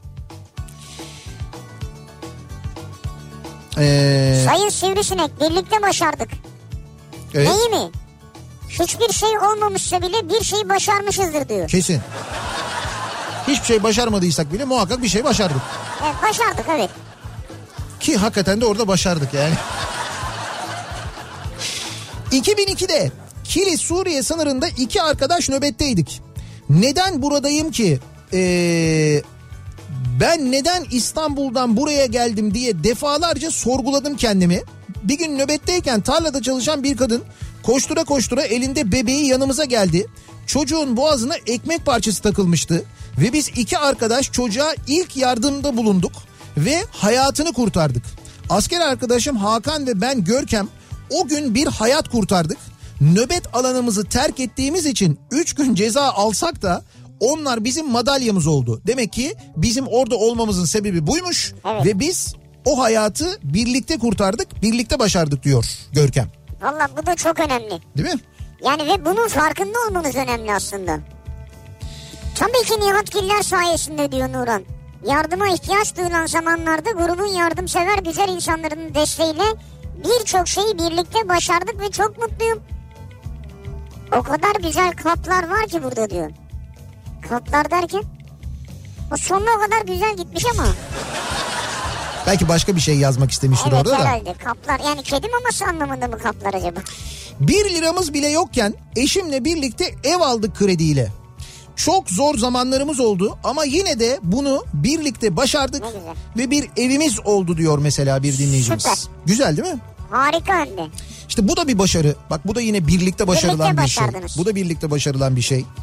Sayın Sivrisinek, birlikte başardık. Evet. Neyi mi? Hiçbir şey olmamışsa bile bir şeyi başarmışızdır diyor. Kesin. Hiçbir şey başarmadıysak bile muhakkak bir şey başardık. Evet, başardık, evet. Ki hakikaten de orada başardık yani. 2002'de Kilis Suriye sınırında 2 arkadaş nöbetteydik. Neden buradayım ki? Ben neden İstanbul'dan buraya geldim diye defalarca sorguladım kendimi. Bir gün nöbetteyken tarlada çalışan bir kadın koştura koştura elinde bebeği yanımıza geldi. Çocuğun boğazına ekmek parçası takılmıştı ve biz 2 arkadaş çocuğa ilk yardımda bulunduk ve hayatını kurtardık. Asker arkadaşım Hakan ve ben Görkem o gün bir hayat kurtardık. Nöbet alanımızı terk ettiğimiz için 3 gün ceza alsak da onlar bizim madalyamız oldu. Demek ki bizim orada olmamızın sebebi buymuş. Evet. Ve biz o hayatı birlikte kurtardık, birlikte başardık diyor Görkem. Valla bu da çok önemli. Değil mi? Yani ve bunun farkında olmanız önemli aslında. Tabii ki Nihatgiller sayesinde diyor Nuran. Yardıma ihtiyaç duyulan zamanlarda grubun yardımsever güzel insanların desteğiyle birçok şeyi birlikte başardık ve çok mutluyum. O kadar güzel kaplar var ki burada diyor. Kaplar derken? O sonuna o kadar güzel gitmiş ama. Belki başka bir şey yazmak istemiştir evet, orada da. Evet herhalde kaplar, yani kedi maması anlamında mı kaplar acaba? 1 liramız bile yokken eşimle birlikte ev aldık krediyle. Çok zor zamanlarımız oldu ama yine de bunu birlikte başardık ve bir evimiz oldu diyor mesela bir dinleyicimiz. Süper. Güzel değil mi? Harika hem de. İşte bu da bir başarı. Bak bu da yine birlikte başarılan bir şey. Bu da birlikte başarılan bir şey.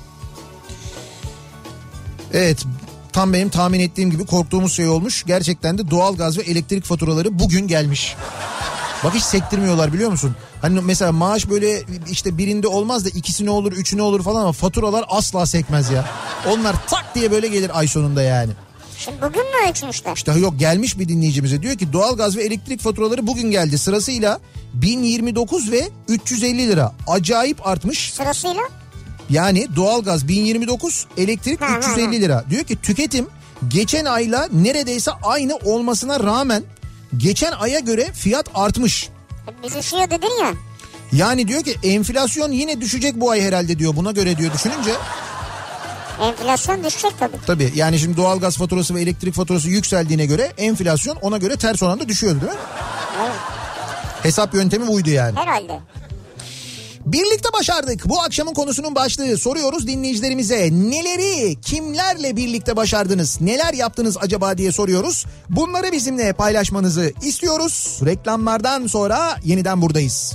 Evet, tam benim tahmin ettiğim gibi korktuğumuz şey olmuş. Gerçekten de doğalgaz ve elektrik faturaları bugün gelmiş. Bak hiç sektirmiyorlar biliyor musun? Hani mesela maaş böyle işte birinde olmaz da ikisi ne olur, üçü ne olur falan ama faturalar asla sekmez ya. Onlar tak diye böyle gelir ay sonunda yani. Şimdi bugün mü ölçmüşler? İşte yok, gelmiş bir dinleyicimize diyor ki doğalgaz ve elektrik faturaları bugün geldi. Sırasıyla 1029 ve 350 lira. Acayip artmış. Sırasıyla? Yani doğalgaz 1029, elektrik 350 lira. Diyor ki tüketim geçen ayla neredeyse aynı olmasına rağmen geçen aya göre fiyat artmış. Biz düşüyor dedin ya. Yani diyor ki enflasyon yine düşecek bu ay herhalde diyor, buna göre diyor düşününce. Enflasyon düşecek tabii. Tabii yani şimdi doğalgaz faturası ve elektrik faturası yükseldiğine göre enflasyon ona göre ters oranda düşüyor değil mi? Evet. Hesap yöntemi buydu yani. Herhalde. Birlikte başardık. Bu akşamın konusunun başlığı. Soruyoruz dinleyicilerimize. Neleri, kimlerle birlikte başardınız? Neler yaptınız acaba diye soruyoruz. Bunları bizimle paylaşmanızı istiyoruz. Reklamlardan sonra yeniden buradayız.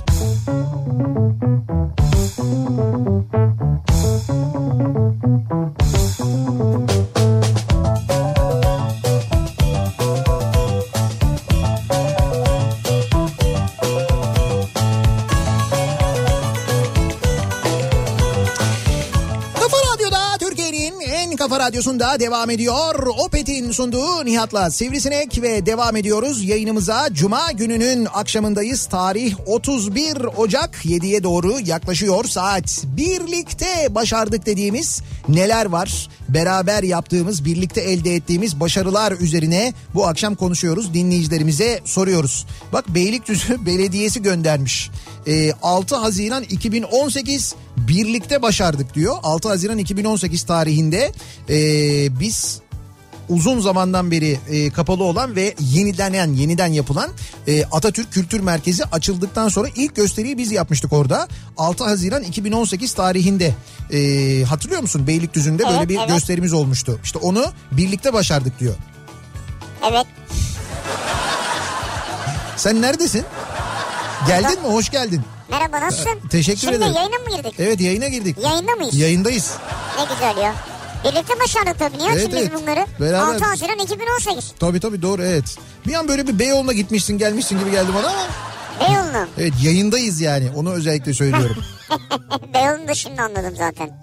Kafa Radyosu'nda devam ediyor. Opet'in sunduğu Nihat'la Sivrisinek ve devam ediyoruz yayınımıza. Cuma gününün akşamındayız. Tarih 31 Ocak, 7'ye doğru yaklaşıyor saat. Birlikte başardık dediğimiz neler var? Beraber yaptığımız, birlikte elde ettiğimiz başarılar üzerine bu akşam konuşuyoruz. Dinleyicilerimize soruyoruz. Bak Beylikdüzü Belediyesi göndermiş. 6 Haziran 2018 birlikte başardık diyor. 6 Haziran 2018 tarihinde biz uzun zamandan beri kapalı olan ve yeniden yapılan Atatürk Kültür Merkezi açıldıktan sonra ilk gösteriyi biz yapmıştık orada. 6 Haziran 2018 tarihinde hatırlıyor musun? Beylikdüzü'nde böyle bir gösterimiz olmuştu. İşte onu birlikte başardık diyor. Evet. Sen neredesin? Geldin mi? Hoş geldin. Merhaba, nasılsın? Teşekkür ederim. Şimdi yayına mı girdik? Evet, yayına girdik. Yayında mıyız? Yayındayız. Ne güzel ya. Birlikte başardık tabii. Niye açın biz bunları? Beraber. 6 Haziran 2018. Tabii doğru, evet. Bir an böyle bir Beyoğlu'na gitmişsin gelmişsin gibi geldi bana ama. Beyoğlu'na? Evet, yayındayız yani, onu özellikle söylüyorum. Beyoğlu'nu şimdi anladım zaten.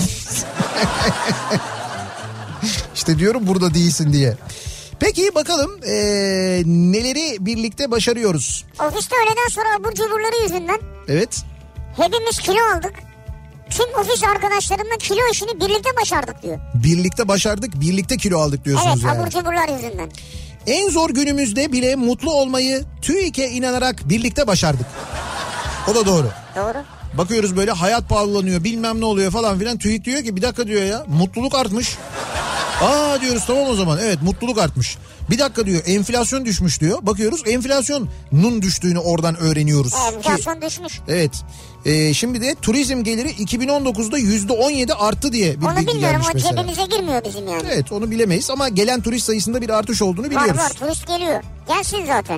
İşte diyorum burada değilsin diye. Peki bakalım neleri birlikte başarıyoruz? Ofiste öğleden sonra abur cuburları yüzünden. Evet. Hepimiz kilo aldık. Tüm ofis arkadaşlarımla kilo işini birlikte başardık diyor. Birlikte başardık, birlikte kilo aldık diyorsunuz evet, yani. Evet, abur cuburlar yüzünden. En zor günümüzde bile mutlu olmayı TÜİK'e inanarak birlikte başardık. O da doğru. Doğru. Bakıyoruz böyle hayat pahalanıyor, bilmem ne oluyor falan filan. TÜİK diyor ki bir dakika diyor ya, mutluluk artmış. Aa diyoruz, tamam o zaman, evet mutluluk artmış. Bir dakika diyor, enflasyon düşmüş diyor. Bakıyoruz enflasyonun düştüğünü oradan öğreniyoruz. Enflasyon düşmüş. Evet. Şimdi de turizm geliri 2019'da %17 arttı diye bir onu bilgi gelmiş mesela. Onu bilmiyorum, o cebimize girmiyor bizim yani. Evet, onu bilemeyiz ama gelen turist sayısında bir artış olduğunu biliyoruz. Var turist geliyor. Gelsin zaten.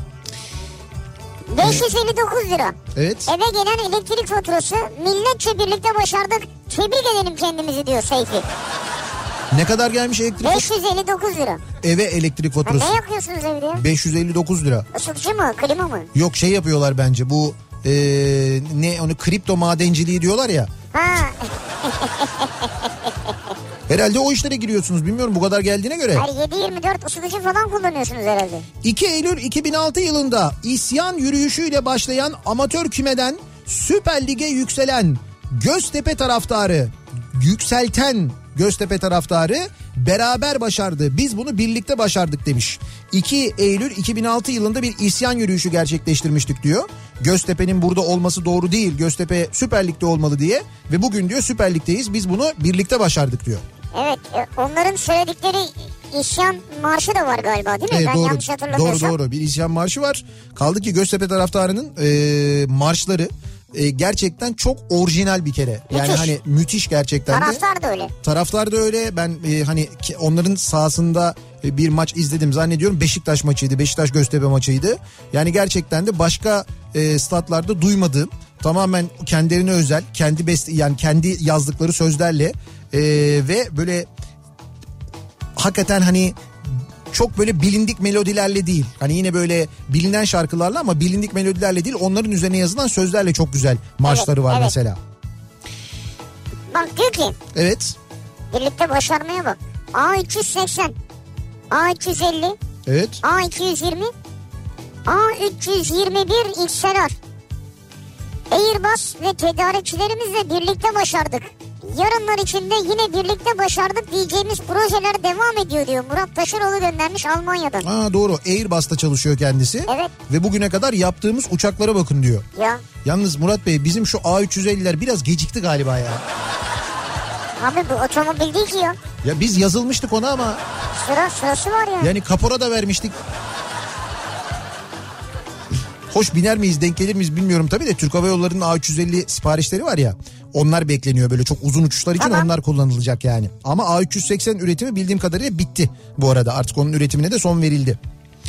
559 lira. Evet. Eve gelen elektrik faturası milletçe birlikte başardık. Tebrik edelim kendimizi diyor Seyfi. Ne kadar gelmiş elektrik? 559 lira. Eve elektrik faturası. Ne yakıyorsunuz evde ya? 559 lira. Isıtıcı mı, klima mı? Yok, şey yapıyorlar bence bu ne onu, kripto madenciliği diyorlar ya. Ha. Herhalde o işlere giriyorsunuz, bilmiyorum bu kadar geldiğine göre. Hayır, 7/24 ısıtıcı falan kullanıyorsunuz herhalde. 2 Eylül 2006 yılında isyan yürüyüşüyle başlayan amatör kümeden Süper Lig'e yükselen Göztepe taraftarı, yükselten Göztepe taraftarı. Beraber başardı. Biz bunu birlikte başardık demiş. 2 Eylül 2006 yılında bir isyan yürüyüşü gerçekleştirmiştik diyor. Göztepe'nin burada olması doğru değil. Göztepe Süper Lig'de olmalı diye. Ve bugün diyor Süper Lig'deyiz. Biz bunu birlikte başardık diyor. Evet, onların söyledikleri isyan marşı da var galiba değil mi? Evet, Ben doğru, yanlış hatırlamıyorsam. doğru bir isyan marşı var. Kaldı ki Göztepe taraftarının marşları gerçekten çok orijinal bir kere. Yani müthiş. hani müthiş gerçekten de. Taraftar da öyle. Taraftar da öyle. Ben hani onların sahasında bir maç izledim zannediyorum. Beşiktaş maçıydı. Beşiktaş Göztepe maçıydı. Yani gerçekten de başka statlarda duymadığım, tamamen kendilerine özel, yani kendi yazdıkları sözlerle ve böyle hakikaten hani çok böyle bilindik melodilerle değil. Hani yine böyle bilinen şarkılarla ama bilindik melodilerle değil. Onların üzerine yazılan sözlerle çok güzel marşları var mesela. Bak diyor ki. Evet. Birlikte başarmaya bak. A380, A350, Evet. A220, A321 XLR. Airbus ve tedarikçilerimizle birlikte başardık. Yarınlar içinde yine birlikte başardık diyeceğimiz projeler devam ediyor diyor. Murat Taşeroğlu göndermiş Almanya'dan. Aa, doğru, Airbus'ta çalışıyor kendisi. Evet. Ve bugüne kadar yaptığımız uçaklara bakın diyor. Ya. Yalnız Murat Bey, bizim şu A350'ler biraz gecikti galiba ya. Abi bu otomobil değil ki ya. Ya biz yazılmıştık ona ama. Sırası var ya. Yani kapora da vermiştik. Hoş biner miyiz, denk gelir miyiz bilmiyorum tabii de Türk Hava Yolları'nın A350 siparişleri var ya. Onlar bekleniyor, böyle çok uzun uçuşlar için onlar kullanılacak yani. Ama A380 üretimi bildiğim kadarıyla bitti bu arada. Artık onun üretimine de son verildi.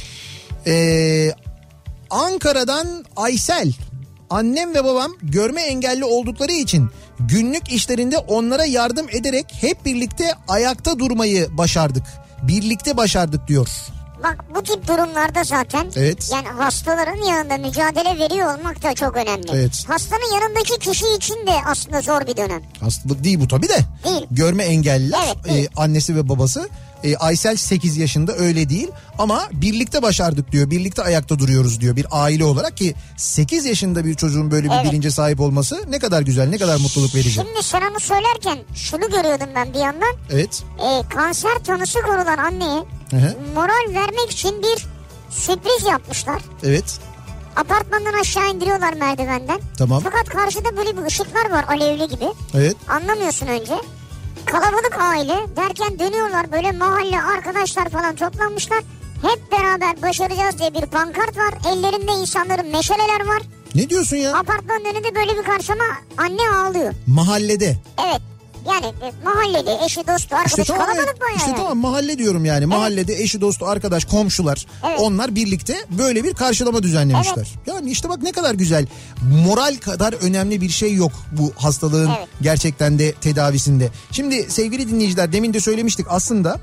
Ankara'dan Aysel. Annem ve babam görme engelli oldukları için günlük işlerinde onlara yardım ederek hep birlikte ayakta durmayı başardık. Birlikte başardık diyor. Bak bu tip durumlarda zaten yani hastaların yanında mücadele veriyor olmak da çok önemli. Evet. Hastanın yanındaki kişi için de aslında zor bir dönem. Hastalık değil bu tabii de. Değil. Görme engelliler, Evet, annesi ve babası. Aysel 8 yaşında, öyle değil ama birlikte başardık diyor. Birlikte ayakta duruyoruz diyor bir aile olarak ki 8 yaşında bir çocuğun böyle bir bilince sahip olması ne kadar güzel, ne kadar mutluluk verici. Şimdi sen onu söylerken şunu görüyordum ben bir yandan. Evet. Kanser tanısı konulan anneye moral vermek için bir sürpriz yapmışlar. Evet. Apartmandan aşağı indiriyorlar merdivenden. Tamam. Fakat karşıda böyle bir ışıklar var, alevli gibi. Evet. Anlamıyorsun önce. Kalabalık aile derken dönüyorlar, böyle mahalle arkadaşlar falan toplanmışlar. Hep beraber başaracağız diye bir pankart var. Ellerinde insanların meşaleler var. Ne diyorsun ya? Apartmanın önünde böyle bir karşılama, anne ağlıyor. Mahallede. Evet. Yani mahalleli, eşi, dostu, arkadaş, tamam, kalabalık bayağı. İşte tamam, mahalle diyorum yani. Mahallede eşi, dostu, arkadaş, komşular. Onlar birlikte böyle bir karşılama düzenlemişler. Yani işte bak ne kadar güzel. Moral kadar önemli bir şey yok bu hastalığın gerçekten de tedavisinde. Şimdi sevgili dinleyiciler, demin de söylemiştik aslında.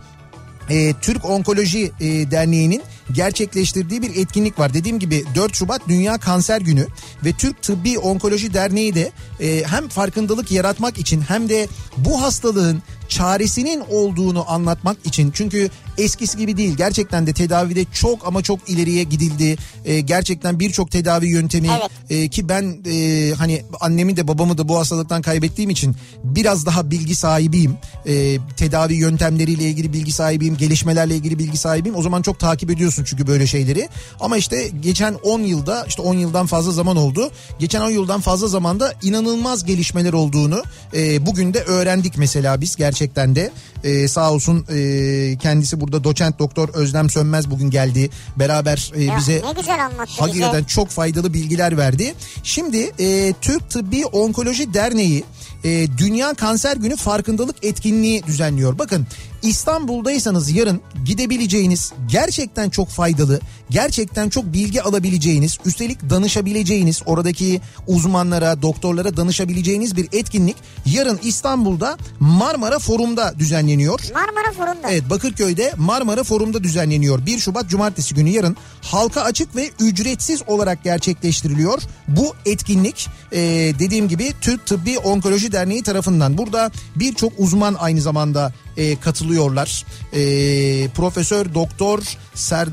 Türk Onkoloji Derneği'nin gerçekleştirdiği bir etkinlik var. Dediğim gibi 4 Şubat Dünya Kanser Günü ve Türk Tıbbi Onkoloji Derneği de hem farkındalık yaratmak için hem de bu hastalığın çaresinin olduğunu anlatmak için, çünkü eskisi gibi değil, gerçekten de tedavide çok ama çok ileriye gidildi. Gerçekten birçok tedavi yöntemi ki ben hani annemi de babamı da bu hastalıktan kaybettiğim için biraz daha bilgi sahibiyim. Tedavi yöntemleriyle ilgili bilgi sahibiyim, gelişmelerle ilgili bilgi sahibiyim. O zaman çok takip ediyorsun çünkü böyle şeyleri. Ama işte geçen 10 yılda, işte 10 yıldan fazla zaman oldu. Geçen 10 yıldan fazla zamanda inanılmaz gelişmeler olduğunu bugün de öğrendik mesela biz gerçekten de. Sağ olsun kendisi burada doçent doktor Özlem Sönmez bugün geldi. Beraber bize ne güzel anlattı hakikaten bize. çok faydalı bilgiler verdi. Şimdi Türk Tıbbi Onkoloji Derneği Dünya Kanser Günü farkındalık etkinliği düzenliyor. Bakın, İstanbul'daysanız yarın gidebileceğiniz, gerçekten çok faydalı, gerçekten çok bilgi alabileceğiniz, üstelik danışabileceğiniz, oradaki uzmanlara, doktorlara danışabileceğiniz bir etkinlik yarın İstanbul'da Marmara Forum'da düzenleniyor. Marmara Forum'da. Evet, Bakırköy'de Marmara Forum'da düzenleniyor. 1 Şubat Cumartesi günü yarın halka açık ve ücretsiz olarak gerçekleştiriliyor. Bu etkinlik dediğim gibi Türk Tıbbi Onkoloji Derneği tarafından. Burada birçok uzman aynı zamanda katılıyorlar. Profesör Doktor Serdar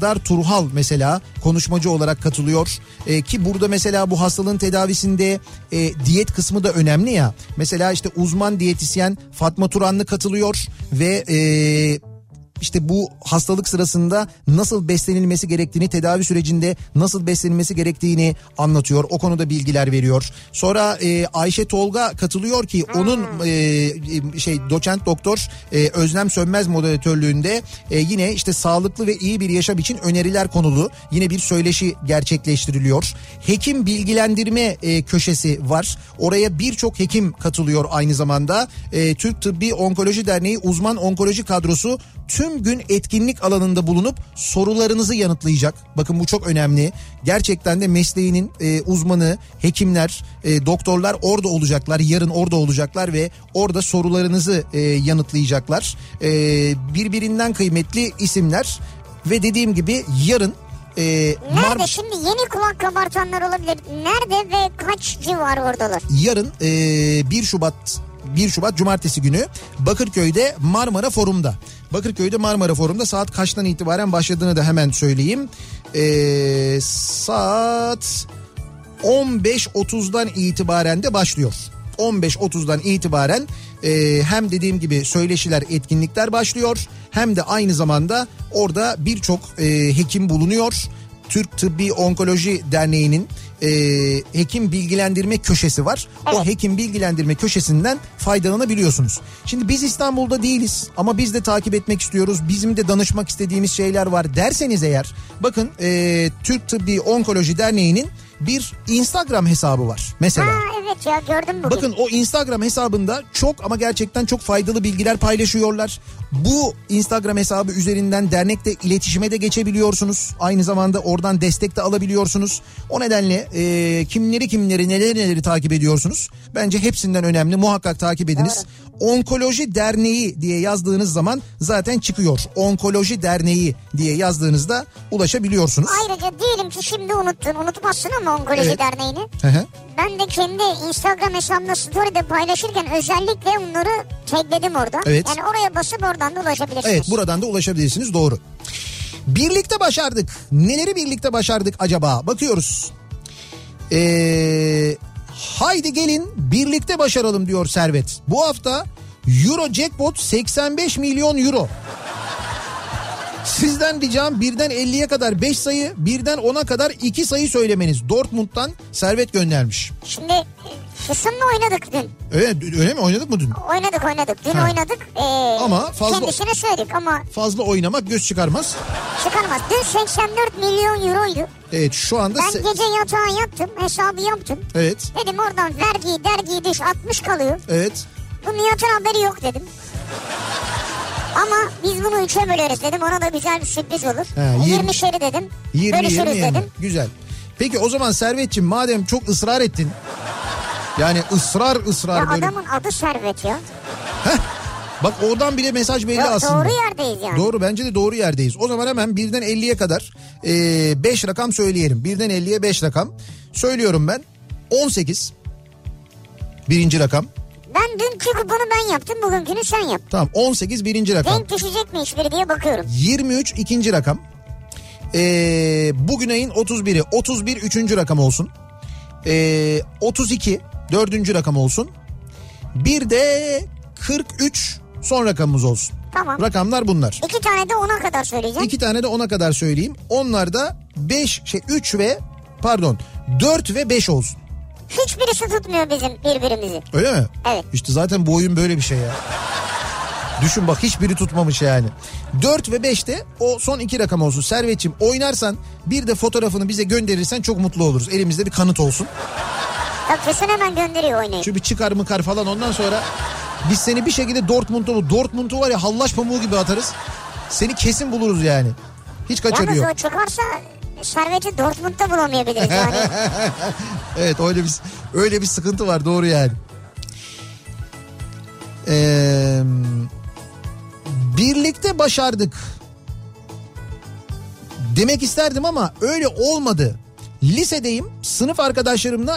Serdar Turhal mesela konuşmacı olarak katılıyor. Ki burada mesela bu hastalığın tedavisinde diyet kısmı da önemli ya. Mesela işte uzman diyetisyen Fatma Turanlı katılıyor ve işte bu hastalık sırasında nasıl beslenilmesi gerektiğini, tedavi sürecinde nasıl beslenilmesi gerektiğini anlatıyor. O konuda bilgiler veriyor. Sonra Ayşe Tolga katılıyor ki onun doçent doktor Özlem Sönmez moderatörlüğünde yine işte sağlıklı ve iyi bir yaşam için öneriler konulu yine bir söyleşi gerçekleştiriliyor. Hekim bilgilendirme köşesi var. Oraya birçok hekim katılıyor aynı zamanda. Türk Tıbbi Onkoloji Derneği uzman onkoloji kadrosu tüm gün etkinlik alanında bulunup sorularınızı yanıtlayacak. Bakın bu çok önemli. Gerçekten de mesleğinin uzmanı, hekimler, doktorlar orada olacaklar. Yarın orada olacaklar ve orada sorularınızı yanıtlayacaklar. Birbirinden kıymetli isimler ve dediğim gibi yarın nerede şimdi yeni kulak kabartanlar olabilir. Nerede ve kaç civarı oradalar? Yarın 1 Şubat Cumartesi günü Bakırköy'de Marmara Forum'da. Bakırköy'de Marmara Forum'da saat kaçtan itibaren başladığını da hemen söyleyeyim. Saat 15.30'dan itibaren de başlıyor. 15.30'dan itibaren hem dediğim gibi söyleşiler, etkinlikler başlıyor. Hem de aynı zamanda orada birçok hekim bulunuyor. Türk Tıbbi Onkoloji Derneği'nin hekim bilgilendirme köşesi var. Evet. O hekim bilgilendirme köşesinden faydalanabiliyorsunuz. Şimdi biz İstanbul'da değiliz ama biz de takip etmek istiyoruz. Bizim de danışmak istediğimiz şeyler var derseniz eğer bakın Türk Tıbbi Onkoloji Derneği'nin bir Instagram hesabı var mesela. Evet ya gördüm bugün. Bakın o Instagram hesabında çok ama gerçekten çok faydalı bilgiler paylaşıyorlar. Bu Instagram hesabı üzerinden dernekle iletişime de geçebiliyorsunuz. Aynı zamanda oradan destek de alabiliyorsunuz. O nedenle kimleri neleri takip ediyorsunuz. Bence hepsinden önemli, muhakkak takip ediniz. Doğru. Onkoloji Derneği diye yazdığınız zaman zaten çıkıyor. Onkoloji Derneği diye yazdığınızda ulaşabiliyorsunuz. Ayrıca diyelim ki şimdi unutmazsın ama Onkoloji Derneği'ni. Hı. Ben de kendi Instagram hesabımda story'de paylaşırken özellikle onları tagledim orada. Evet. Yani oraya basıp oradan da ulaşabilirsiniz. Evet, buradan da ulaşabilirsiniz, doğru. Birlikte başardık. Neleri birlikte başardık acaba? Bakıyoruz. Haydi gelin birlikte başaralım diyor Servet. Bu hafta Euro Jackpot 85 milyon euro. Sizden ricam birden 50'ye kadar 5 sayı, birden 10'a kadar 2 sayı söylemeniz. Dortmund'dan Servet göndermiş. Şimdi Füsun'la oynadık dün. Evet, öyle mi? Oynadık mı dün? Oynadık. Dün oynadık. Ama fazla, kendisine söyledik ama. Fazla oynamak göz çıkarmaz. Çıkarmaz. Dün 84 milyon euroydu. Evet, şu anda... Ben gece yatağa yattım, hesabı yaptım. Evet. Dedim oradan vergiyi, dergiyi düş 60 kalıyor. Evet. Bu Nihat'ın haberi yok dedim. Ama biz bunu 3'e böleriz dedim. Ona da güzel bir sürpriz olur. 20'şeri dedim. 20 dedim. Güzel. Peki o zaman Servetciğim, madem çok ısrar ettin. Yani ısrar ya böyle. Adamın adı Servet ya. Heh. Bak oradan bile mesaj belli aslında. Doğru yerdeyiz yani. Doğru, bence de doğru yerdeyiz. O zaman hemen 1'den 50'ye kadar 5 rakam söyleyelim. 1'den 50'ye 5 rakam. Söylüyorum ben. 18. Birinci rakam. Ben dünkü kuponu ben yaptım, bugünkünü sen yap. Tamam, 18 birinci rakam. Denk düşecek mi hiçbiri diye bakıyorum. 23 ikinci rakam. Bugün ayın 31'i. 31 üçüncü rakam olsun. 32 dördüncü rakam olsun. Bir de 43 son rakamımız olsun. Tamam. Rakamlar bunlar. 2 tane de 10'a kadar söyleyeceğim. 2 tane de 10'a kadar söyleyeyim. Onlar da 4 ve 5 olsun. Hiçbirisi tutmuyor bizim birbirimizi. Öyle mi? Evet. İşte zaten bu oyun böyle bir şey ya. Düşün bak, hiçbiri tutmamış yani. 4 ve 5'te o son 2 rakam olsun. Servetciğim, oynarsan bir de fotoğrafını bize gönderirsen çok mutlu oluruz. Elimizde bir kanıt olsun. Bak kesin hemen gönderiyor oynayıp. Çünkü bir çıkar mıkar falan, ondan sonra biz seni bir şekilde Dortmund'u var ya, hallaç pamuğu gibi atarız. Seni kesin buluruz yani. Hiç kaçarı yok. Yalnız o çıkarsa Servet'i Dortmund'da bulamayabiliriz yani. Evet, öyle bir sıkıntı var, doğru yani. Birlikte başardık demek isterdim ama öyle olmadı. Lisedeyim, sınıf arkadaşlarımdan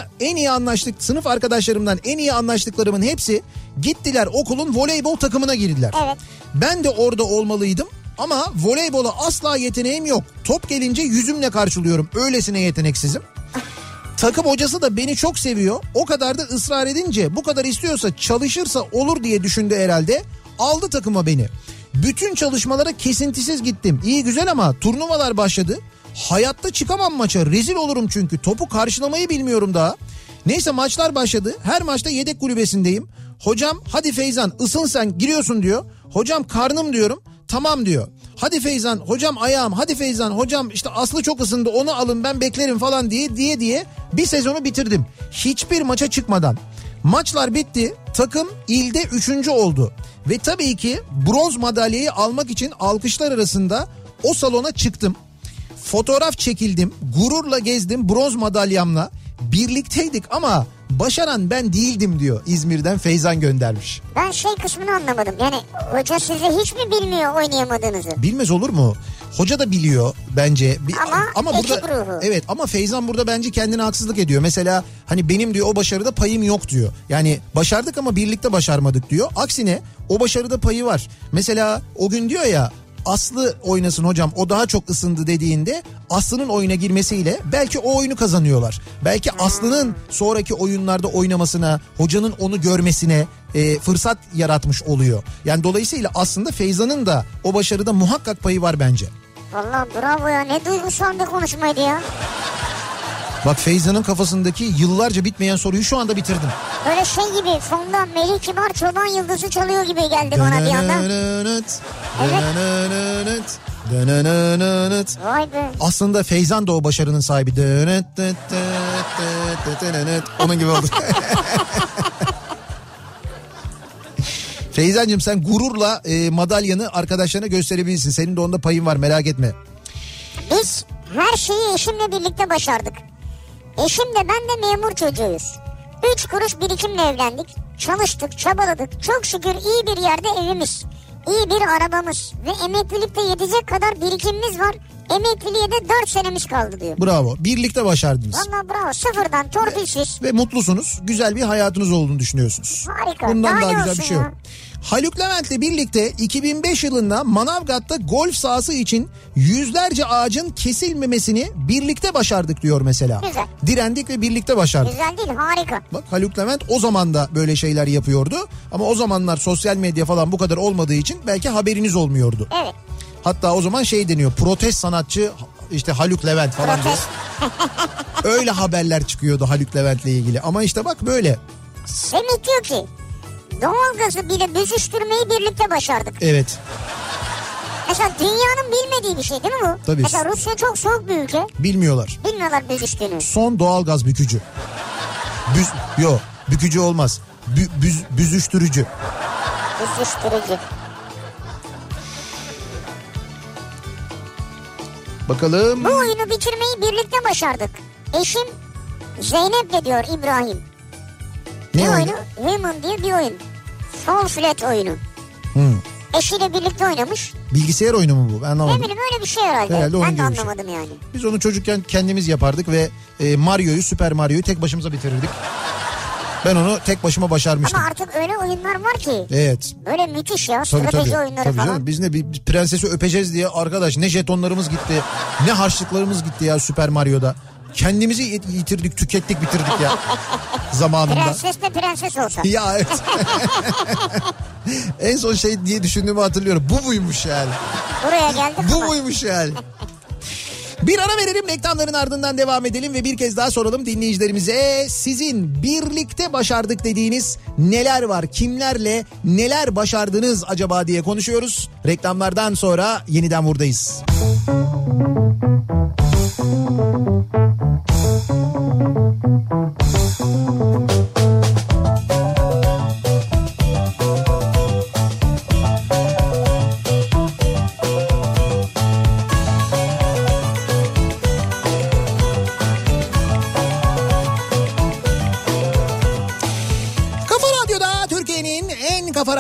en iyi anlaştıklarımın hepsi gittiler okulun voleybol takımına girdiler. Evet. Ben de orada olmalıydım ama voleybola asla yeteneğim yok. Top gelince yüzümle karşılıyorum. Öylesine yeteneksizim. Takım hocası da beni çok seviyor. O kadar da ısrar edince bu kadar istiyorsa çalışırsa olur diye düşündü herhalde. Aldı takıma beni. Bütün çalışmalara kesintisiz gittim. İyi güzel ama turnuvalar başladı. Hayatta çıkamam maça. Rezil olurum çünkü. Topu karşılamayı bilmiyorum daha. Neyse maçlar başladı. Her maçta yedek kulübesindeyim. Hocam hadi Feyzan ısın sen giriyorsun diyor. Hocam karnım diyorum. Tamam diyor. Hadi Feyzan hocam ayağım, hadi Feyzan hocam işte Aslı çok ısındı onu alın ben beklerim falan diye bir sezonu bitirdim. Hiçbir maça çıkmadan. Maçlar bitti, takım ilde 3. oldu. Ve tabii ki bronz madalyayı almak için alkışlar arasında o salona çıktım. Fotoğraf çekildim, gururla gezdim bronz madalyamla. Birlikteydik ama başaran ben değildim diyor. İzmir'den Feyzan göndermiş. Ben şey kısmını anlamadım. Yani hoca size hiç mi bilmiyor oynayamadığınızı? Bilmez olur mu? Hoca da biliyor bence. Ama burada ekip ruhu. evet ama Feyzan burada bence kendine haksızlık ediyor. Mesela hani benim diyor o başarıda payım yok diyor. Yani başardık ama birlikte başarmadık diyor. Aksine o başarıda payı var. Mesela o gün diyor ya Aslı oynasın hocam o daha çok ısındı dediğinde Aslı'nın oyuna girmesiyle belki o oyunu kazanıyorlar. Belki Aslı'nın sonraki oyunlarda oynamasına, hocanın onu görmesine fırsat yaratmış oluyor. Yani dolayısıyla aslında Feyzan'ın da o başarıda muhakkak payı var bence. Vallahi bravo ya, ne duygusal bir konuşmaydı ya. Bak Feyzan'ın kafasındaki yıllarca bitmeyen soruyu şu anda bitirdim. Böyle şey gibi fonda Melih Kibar Çoban Yıldızı çalıyor gibi geldi bana bir anda. Evet. Vay be. Aslında Feyzan da o başarının sahibi. Onun gibi oldu. Feyzancığım sen gururla madalyanı arkadaşlarına gösterebilirsin. Senin de onda payın var, merak etme. Biz her şeyi eşimle birlikte başardık. Eşim de ben de memur çocuğuyuz. 3 kuruş birikimle evlendik. Çalıştık, çabaladık. Çok şükür iyi bir yerde evimiz. İyi bir arabamız. Ve emeklilikte yetecek kadar birikimimiz var. Emekliliğe de 4 senemiz kaldı diyor. Bravo. Birlikte başardınız. Vallahi bravo. Sıfırdan torpilsiz. Ve mutlusunuz. Güzel bir hayatınız olduğunu düşünüyorsunuz. Harika. Bundan daha güzel olsun bir şey yok. ya. Haluk Levent'le birlikte 2005 yılında Manavgat'ta golf sahası için yüzlerce ağacın kesilmemesini birlikte başardık diyor mesela. Güzel. Direndik ve birlikte başardık. Güzel değil, harika. Bak Haluk Levent o zaman da böyle şeyler yapıyordu. Ama o zamanlar sosyal medya falan bu kadar olmadığı için belki haberiniz olmuyordu. Evet. Hatta o zaman şey deniyor, protest sanatçı işte Haluk Levent falan diye. Öyle haberler çıkıyordu Haluk Levent'le ilgili. Ama işte bak böyle. Semih diyor ki doğalgazı bile büzüştürmeyi birlikte başardık. Evet. Mesela dünyanın bilmediği bir şey değil mi bu? Tabii. Mesela Rusya çok soğuk bir ülke. Bilmiyorlar. Bilmiyorlar büzüştüğünü. Son doğalgaz bükücü. Bükücü olmaz. Büzüştürücü. Büzüştürücü. Bakalım. Bu oyunu bitirmeyi birlikte başardık. Eşim Zeynep'le diyor İbrahim. Ne oyunu? Human diye bir oyun. Fall Flat oyunu. Eşiyle birlikte oynamış. Bilgisayar oyunu mu bu? Ben anlamadım. Ne bileyim öyle bir şey herhalde. Herhalde ben de görmüş. anlamadım yani. Biz onu çocukken kendimiz yapardık ve Super Mario'yu tek başımıza bitirirdik. Ben onu tek başıma başarmıştım. Ama artık öyle oyunlar var ki. Evet. Böyle müthiş ya, strateji oyunları tabii falan. Canım. Biz ne bir prensesi öpeceğiz diye arkadaş ne jetonlarımız gitti. Ne harçlıklarımız gitti ya Super Mario'da. Kendimizi yitirdik, tükettik, bitirdik ya zamanında. Prenses de prenses olsa. Ya evet. En son şey diye düşündüğümü hatırlıyorum. Bu muymuş yani? Buraya geldik Bu ama. muymuş yani? Bir ara verelim, reklamların ardından devam edelim ve bir kez daha soralım dinleyicilerimize. Sizin birlikte başardık dediğiniz neler var? Kimlerle neler başardınız acaba diye konuşuyoruz. Reklamlardan sonra yeniden buradayız.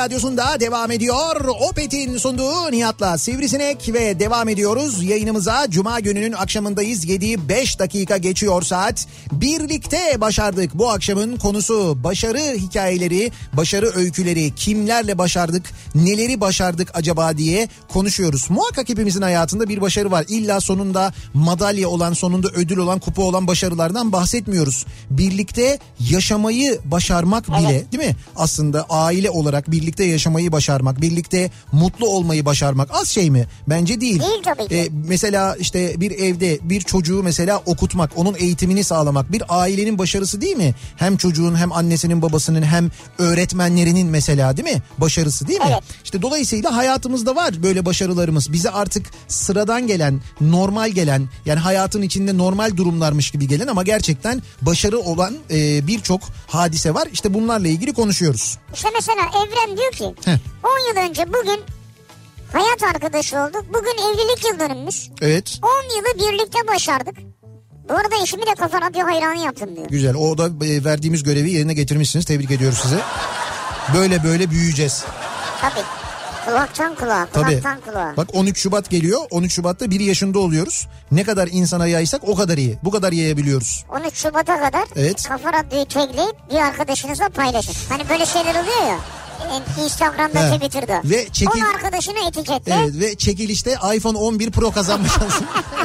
Radyosu'nda devam ediyor. Opet'in sunduğu Nihat'la Sivrisinek ve devam ediyoruz. Yayınımıza Cuma gününün akşamındayız. 7'yi 5 dakika geçiyor saat. Birlikte başardık. Bu akşamın konusu başarı hikayeleri, başarı öyküleri. Kimlerle başardık, neleri başardık acaba diye konuşuyoruz. Muhakkak hepimizin hayatında bir başarı var. İlla sonunda madalya olan, sonunda ödül olan, kupa olan başarılardan bahsetmiyoruz. Birlikte yaşamayı başarmak bile, değil mi? Aslında aile olarak birlikte yaşamayı başarmak, birlikte mutlu olmayı başarmak az şey mi? Bence değil. Değil tabii ki. Mesela işte bir evde bir çocuğu mesela okutmak, onun eğitimini sağlamak bir ailenin başarısı değil mi? Hem çocuğun hem annesinin babasının hem öğretmenlerinin mesela, değil mi? Başarısı değil mi? Evet. İşte dolayısıyla hayatımızda var böyle başarılarımız. Bize artık sıradan gelen, normal gelen, yani hayatın içinde normal durumlarmış gibi gelen ama gerçekten başarı olan birçok hadise var. İşte bunlarla ilgili konuşuyoruz. İşte mesela Evren diyor ki 10 yıl önce bugün hayat arkadaşı olduk. Bugün evlilik yıl dönümümüz. Evet. 10 yılı birlikte başardık. Bu arada eşimi de Kafa Radyo hayranı yaptım diyor. Güzel. O da verdiğimiz görevi yerine getirmişsiniz. Tebrik ediyoruz size. Böyle böyle büyüyeceğiz. Tabii. Kulaktan kulağa, kulaktan kulağa. Bak 13 Şubat geliyor. 13 Şubat'ta 1 yaşında oluyoruz. Ne kadar insana yaysak o kadar iyi. Bu kadar yayabiliyoruz. 13 Şubat'a kadar Kafa Radyo'yu tagleyip bir arkadaşınızla paylaşın. Hani böyle şeyler oluyor ya. Instagram'da, Twitter'da. Ve 10 arkadaşını etiketle. Evet, ve çekilişte iPhone 11 Pro kazanma şansı.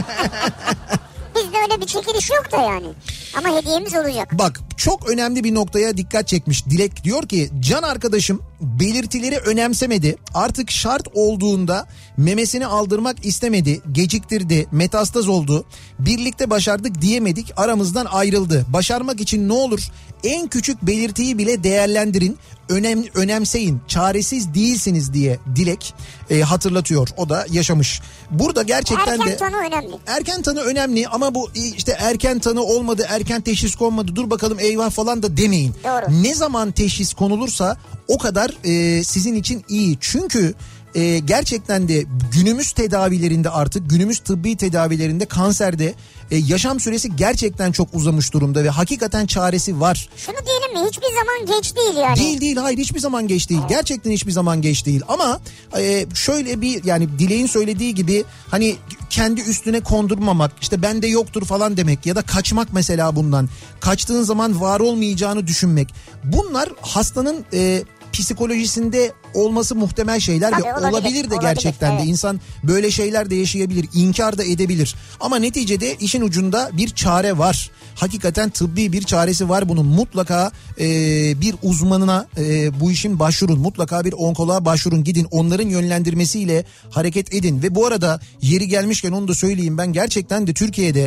Bizde öyle bir çekiliş yok da yani. Ama hediyemiz olacak. Bak çok önemli bir noktaya dikkat çekmiş. Dilek diyor ki can arkadaşım belirtileri önemsemedi. Artık şart olduğunda memesini aldırmak istemedi. Geciktirdi. Metastaz oldu. Birlikte başardık diyemedik. Aramızdan ayrıldı. Başarmak için ne olur en küçük belirtiyi bile değerlendirin. Önemseyin. Çaresiz değilsiniz diye Dilek hatırlatıyor. O da yaşamış. Burada gerçekten erken tanı önemli. Erken tanı önemli ama bu işte erken tanı olmadı, erken teşhis konmadı, dur bakalım eyvah falan da demeyin. Doğru. Ne zaman teşhis konulursa o kadar sizin için iyi. Çünkü gerçekten de günümüz tedavilerinde artık günümüz tıbbi tedavilerinde kanserde yaşam süresi gerçekten çok uzamış durumda ve hakikaten çaresi var. Şunu diyelim mi, hiçbir zaman geç değil yani. Değil hayır, hiçbir zaman geç değil. Gerçekten hiçbir zaman geç değil ama şöyle bir, yani Dilek'in söylediği gibi hani kendi üstüne kondurmamak, işte bende yoktur falan demek ya da kaçmak mesela bundan. Kaçtığın zaman var olmayacağını düşünmek. Bunlar hastanın psikolojisinde olması muhtemel şeyler. Tabii, ve olabilir de gerçekten de insan böyle şeyler de yaşayabilir, inkar da edebilir ama neticede işin ucunda bir çare var. Hakikaten tıbbi bir çaresi var bunun. Mutlaka bir uzmanına bu işin başvurun, mutlaka bir onkoloğa başvurun, gidin onların yönlendirmesiyle hareket edin. Ve bu arada yeri gelmişken onu da söyleyeyim, ben gerçekten de Türkiye'de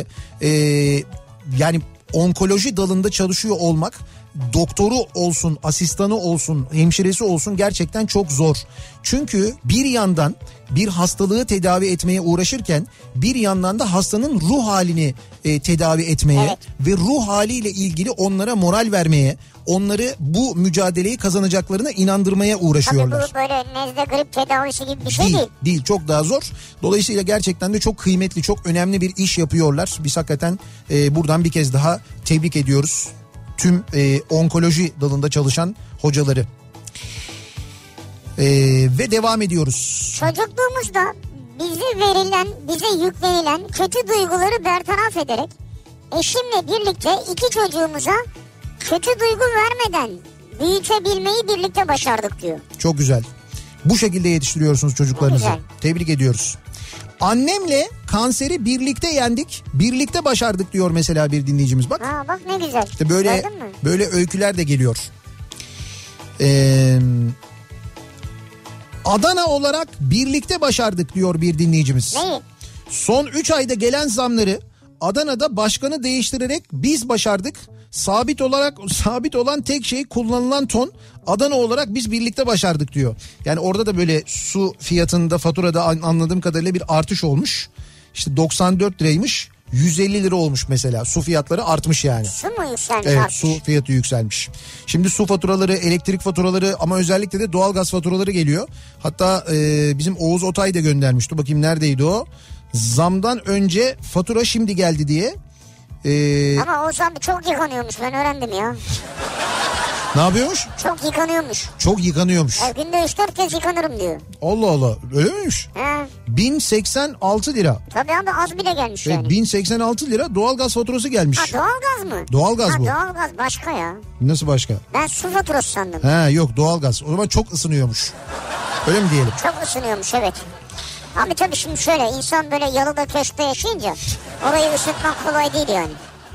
yani onkoloji dalında çalışıyor olmak, doktoru olsun, asistanı olsun, hemşiresi olsun gerçekten çok zor. Çünkü bir yandan bir hastalığı tedavi etmeye uğraşırken bir yandan da hastanın ruh halini tedavi etmeye ve ruh haliyle ilgili onlara moral vermeye, onları bu mücadeleyi kazanacaklarına inandırmaya uğraşıyorlar. Tabii bu böyle nezle grip tedavisi gibi bir şey değil. Değil, çok daha zor. Dolayısıyla gerçekten de çok kıymetli, çok önemli bir iş yapıyorlar. Biz hakikaten buradan bir kez daha tebrik ediyoruz tüm onkoloji dalında çalışan hocaları. Ve devam ediyoruz. Çocukluğumuzda bize yüklenilen kötü duyguları bertaraf ederek eşimle birlikte 2 çocuğumuza kötü duygu vermeden büyütebilmeyi birlikte başardık diyor. Çok güzel. Bu şekilde yetiştiriyorsunuz çocuklarınızı. Tebrik ediyoruz. Annemle kanseri birlikte yendik, birlikte başardık diyor mesela bir dinleyicimiz. Bak. Bak ne güzel. İşte böyle öyküler de geliyor. Adana olarak birlikte başardık diyor bir dinleyicimiz. Neyi? Son 3 ayda gelen zamları Adana'da başkanı değiştirerek biz başardık. Sabit olan tek şey kullanılan ton. Adana olarak biz birlikte başardık diyor. Yani orada da böyle su fiyatında, faturada anladığım kadarıyla bir artış olmuş. İşte 94 liraymış, 150 lira olmuş mesela. Su fiyatları artmış yani. Su mu yükselmiş? Evet, su fiyatı yükselmiş. Şimdi su faturaları, elektrik faturaları ama özellikle de doğalgaz faturaları geliyor. Hatta bizim Oğuz Otay da göndermişti. Bakayım neredeydi o? Zamdan önce fatura şimdi geldi diye. Ama Oğuz abi çok yıkanıyormuş, ben öğrendim ya. Ne yapıyormuş? Çok yıkanıyormuş. Çok yıkanıyormuş. Günde 3-4 kez yıkanırım diyor. Allah Allah, öyle miymiş? He. 1086 lira. Tabii abi az bile gelmiş yani. 1086 lira doğalgaz faturası gelmiş. Ha, doğalgaz mı? Doğalgaz bu. Doğalgaz başka ya. Nasıl başka? Ben su faturası sandım. He yok, doğalgaz. O zaman çok ısınıyormuş. Öyle mi diyelim? Çok ısınıyormuş, evet. Abi tabii şimdi şöyle, insan böyle yalıda köşkte yaşayınca orayı ısıtmak kolay değil yani.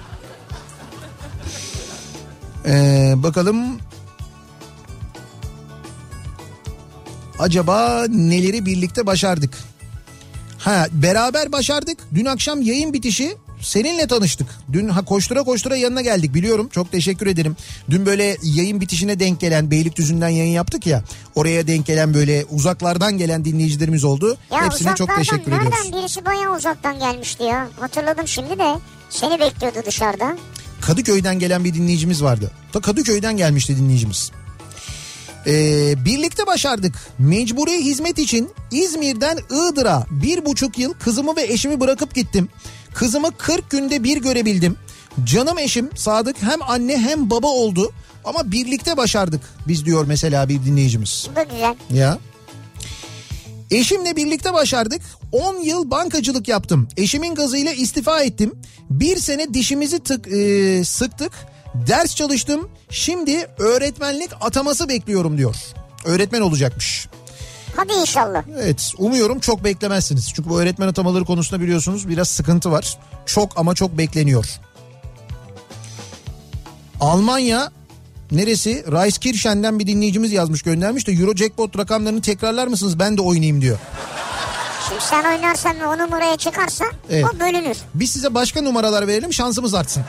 Bakalım acaba neleri birlikte başardık? Beraber başardık. Dün akşam yayın bitişi seninle tanıştık. Dün koştura koştura yanına geldik, biliyorum. Çok teşekkür ederim. Dün böyle yayın bitişine denk gelen, Beylikdüzü'nden yayın yaptık ya. Oraya denk gelen böyle uzaklardan gelen dinleyicilerimiz oldu. Ya hepsine çok teşekkür ediyoruz. Nereden birisi bayağı uzaktan gelmişti ya. Hatırladım şimdi de. Seni bekliyordu dışarıda. Kadıköy'den gelen bir dinleyicimiz vardı. Kadıköy'den gelmişti dinleyicimiz. Birlikte başardık. Mecburi hizmet için İzmir'den Iğdır'a 1,5 yıl kızımı ve eşimi bırakıp gittim. Kızımı 40 günde bir görebildim. Canım eşim Sadık hem anne hem baba oldu. Ama birlikte başardık biz, diyor mesela bir dinleyicimiz. Bu da güzel. Ya. Eşimle birlikte başardık. 10 yıl bankacılık yaptım. Eşimin gazıyla istifa ettim. 1 sene dişimizi sıktık. Ders çalıştım. Şimdi öğretmenlik ataması bekliyorum diyor. Öğretmen olacakmış. Hadi inşallah. Evet, umuyorum çok beklemezsiniz. Çünkü bu öğretmen atamaları konusunda biliyorsunuz biraz sıkıntı var. Çok ama çok bekleniyor. Almanya neresi? Reiskirchen'den bir dinleyicimiz yazmış, göndermiş de Euro Jackpot rakamlarını tekrarlar mısınız? Ben de oynayayım diyor. Şimdi sen oynarsan ve o numaraya çıkarsa evet, o bölünür. Biz size başka numaralar verelim, şansımız artsın.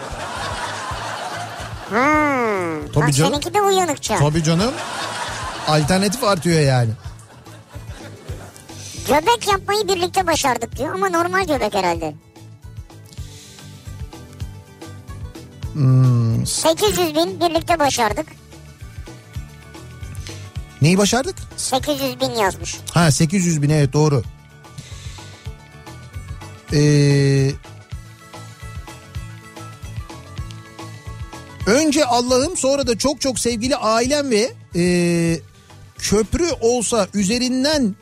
Tabii canım. Seninki de uyanıkça. Tabii canım. Alternatif artıyor yani. Göbek yapmayı birlikte başardık diyor ama normal göbek herhalde. 800 bin birlikte başardık. Neyi başardık? 800 bin yazmış. 800 bin, evet doğru. Önce Allah'ım, sonra da çok çok sevgili ailem ve köprü olsa üzerinden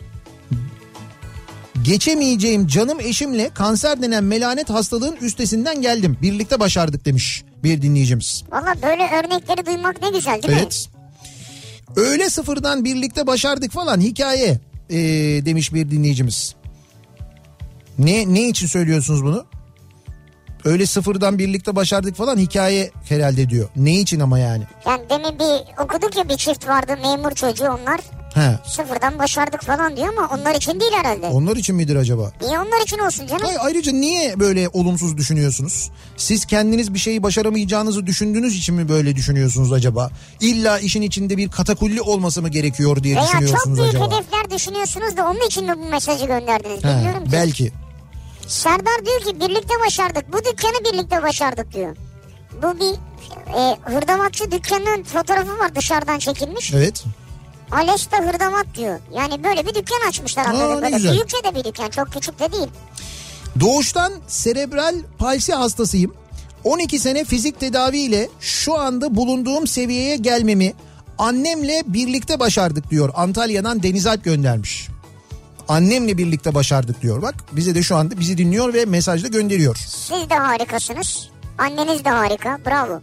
geçemeyeceğim canım eşimle kanser denen melanet hastalığın üstesinden geldim. Birlikte başardık demiş bir dinleyicimiz. Valla böyle örnekleri duymak ne güzel değil mi? Evet. Öyle sıfırdan birlikte başardık falan hikaye demiş bir dinleyicimiz. Ne için söylüyorsunuz bunu? Öyle sıfırdan birlikte başardık falan hikaye herhalde diyor. Ne için ama yani? Yani demin bir okuduk ya, bir çift vardı, memur çocuğu onlar. Sıfırdan başardık falan diyor ama onlar için değil herhalde. Onlar için midir acaba? Niye onlar için olsun canım? Ayrıca niye böyle olumsuz düşünüyorsunuz? Siz kendiniz bir şeyi başaramayacağınızı düşündüğünüz için mi böyle düşünüyorsunuz acaba? İlla işin içinde bir katakulli olması mı gerekiyor diye düşünüyorsunuz acaba? Çok büyük hedefler düşünüyorsunuz da onun için mi bu mesajı gönderdiniz? Bilmiyorum ki. Belki. Serdar diyor ki birlikte başardık. Bu dükkanı birlikte başardık diyor. Bu bir hırdavatçı dükkanının fotoğrafı var, dışarıdan çekilmiş. Evet. Alesta hırdavat diyor. Yani böyle bir dükkan açmışlar anladığım böyle. Büyükçe de bir dükkan, çok küçük de değil. Doğuştan serebral palsi hastasıyım. 12 sene fizik tedaviyle şu anda bulunduğum seviyeye gelmemi annemle birlikte başardık diyor. Antalya'dan Deniz Alp göndermiş. Annemle birlikte başardık diyor. Bak bize de şu anda bizi dinliyor ve mesajda gönderiyor. Siz de harikasınız. Anneniz de harika. Bravo.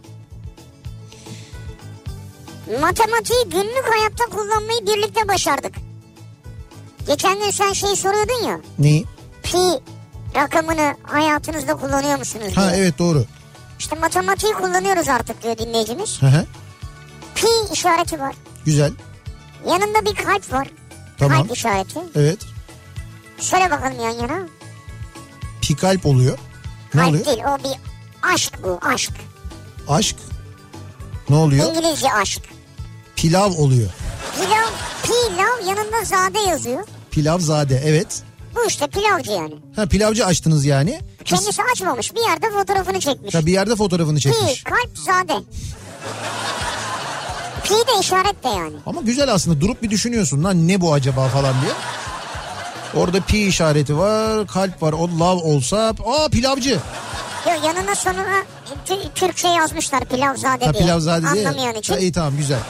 Matematiği günlük hayatta kullanmayı birlikte başardık. Geçen gün sen soruyordun ya. Neyi? Pi rakamını hayatınızda kullanıyor musunuz diye. Evet doğru. İşte matematiği kullanıyoruz artık diyor dinleyicimiz. Pi işareti var. Güzel. Yanında bir kalp var. Tamam. Kalp işareti. Evet. Şöyle bakalım yan yana. Pi kalp oluyor. Ne kalp oluyor? Değil, o bir aşk bu, aşk. Aşk? Ne oluyor? İngilizce aşk. Pilav oluyor. Pilav yanında zade yazıyor. Pilavzade, evet. Bu işte pilavcı yani. Pilavcı açtınız yani. Kendisi açmamış, bir yerde fotoğrafını çekmiş. Bir yerde fotoğrafını çekmiş. Pi, kalp, zade. Pi de işaret de yani. Ama güzel aslında, durup bir düşünüyorsun lan ne bu acaba falan diye. Orada pi işareti var, kalp var, o lav olsa pilavcı. Yok, yanına sonuna Türkçe yazmışlar pilavzade Ha, diye. pilavzade diye. Anlamayan için. İyi tamam güzel.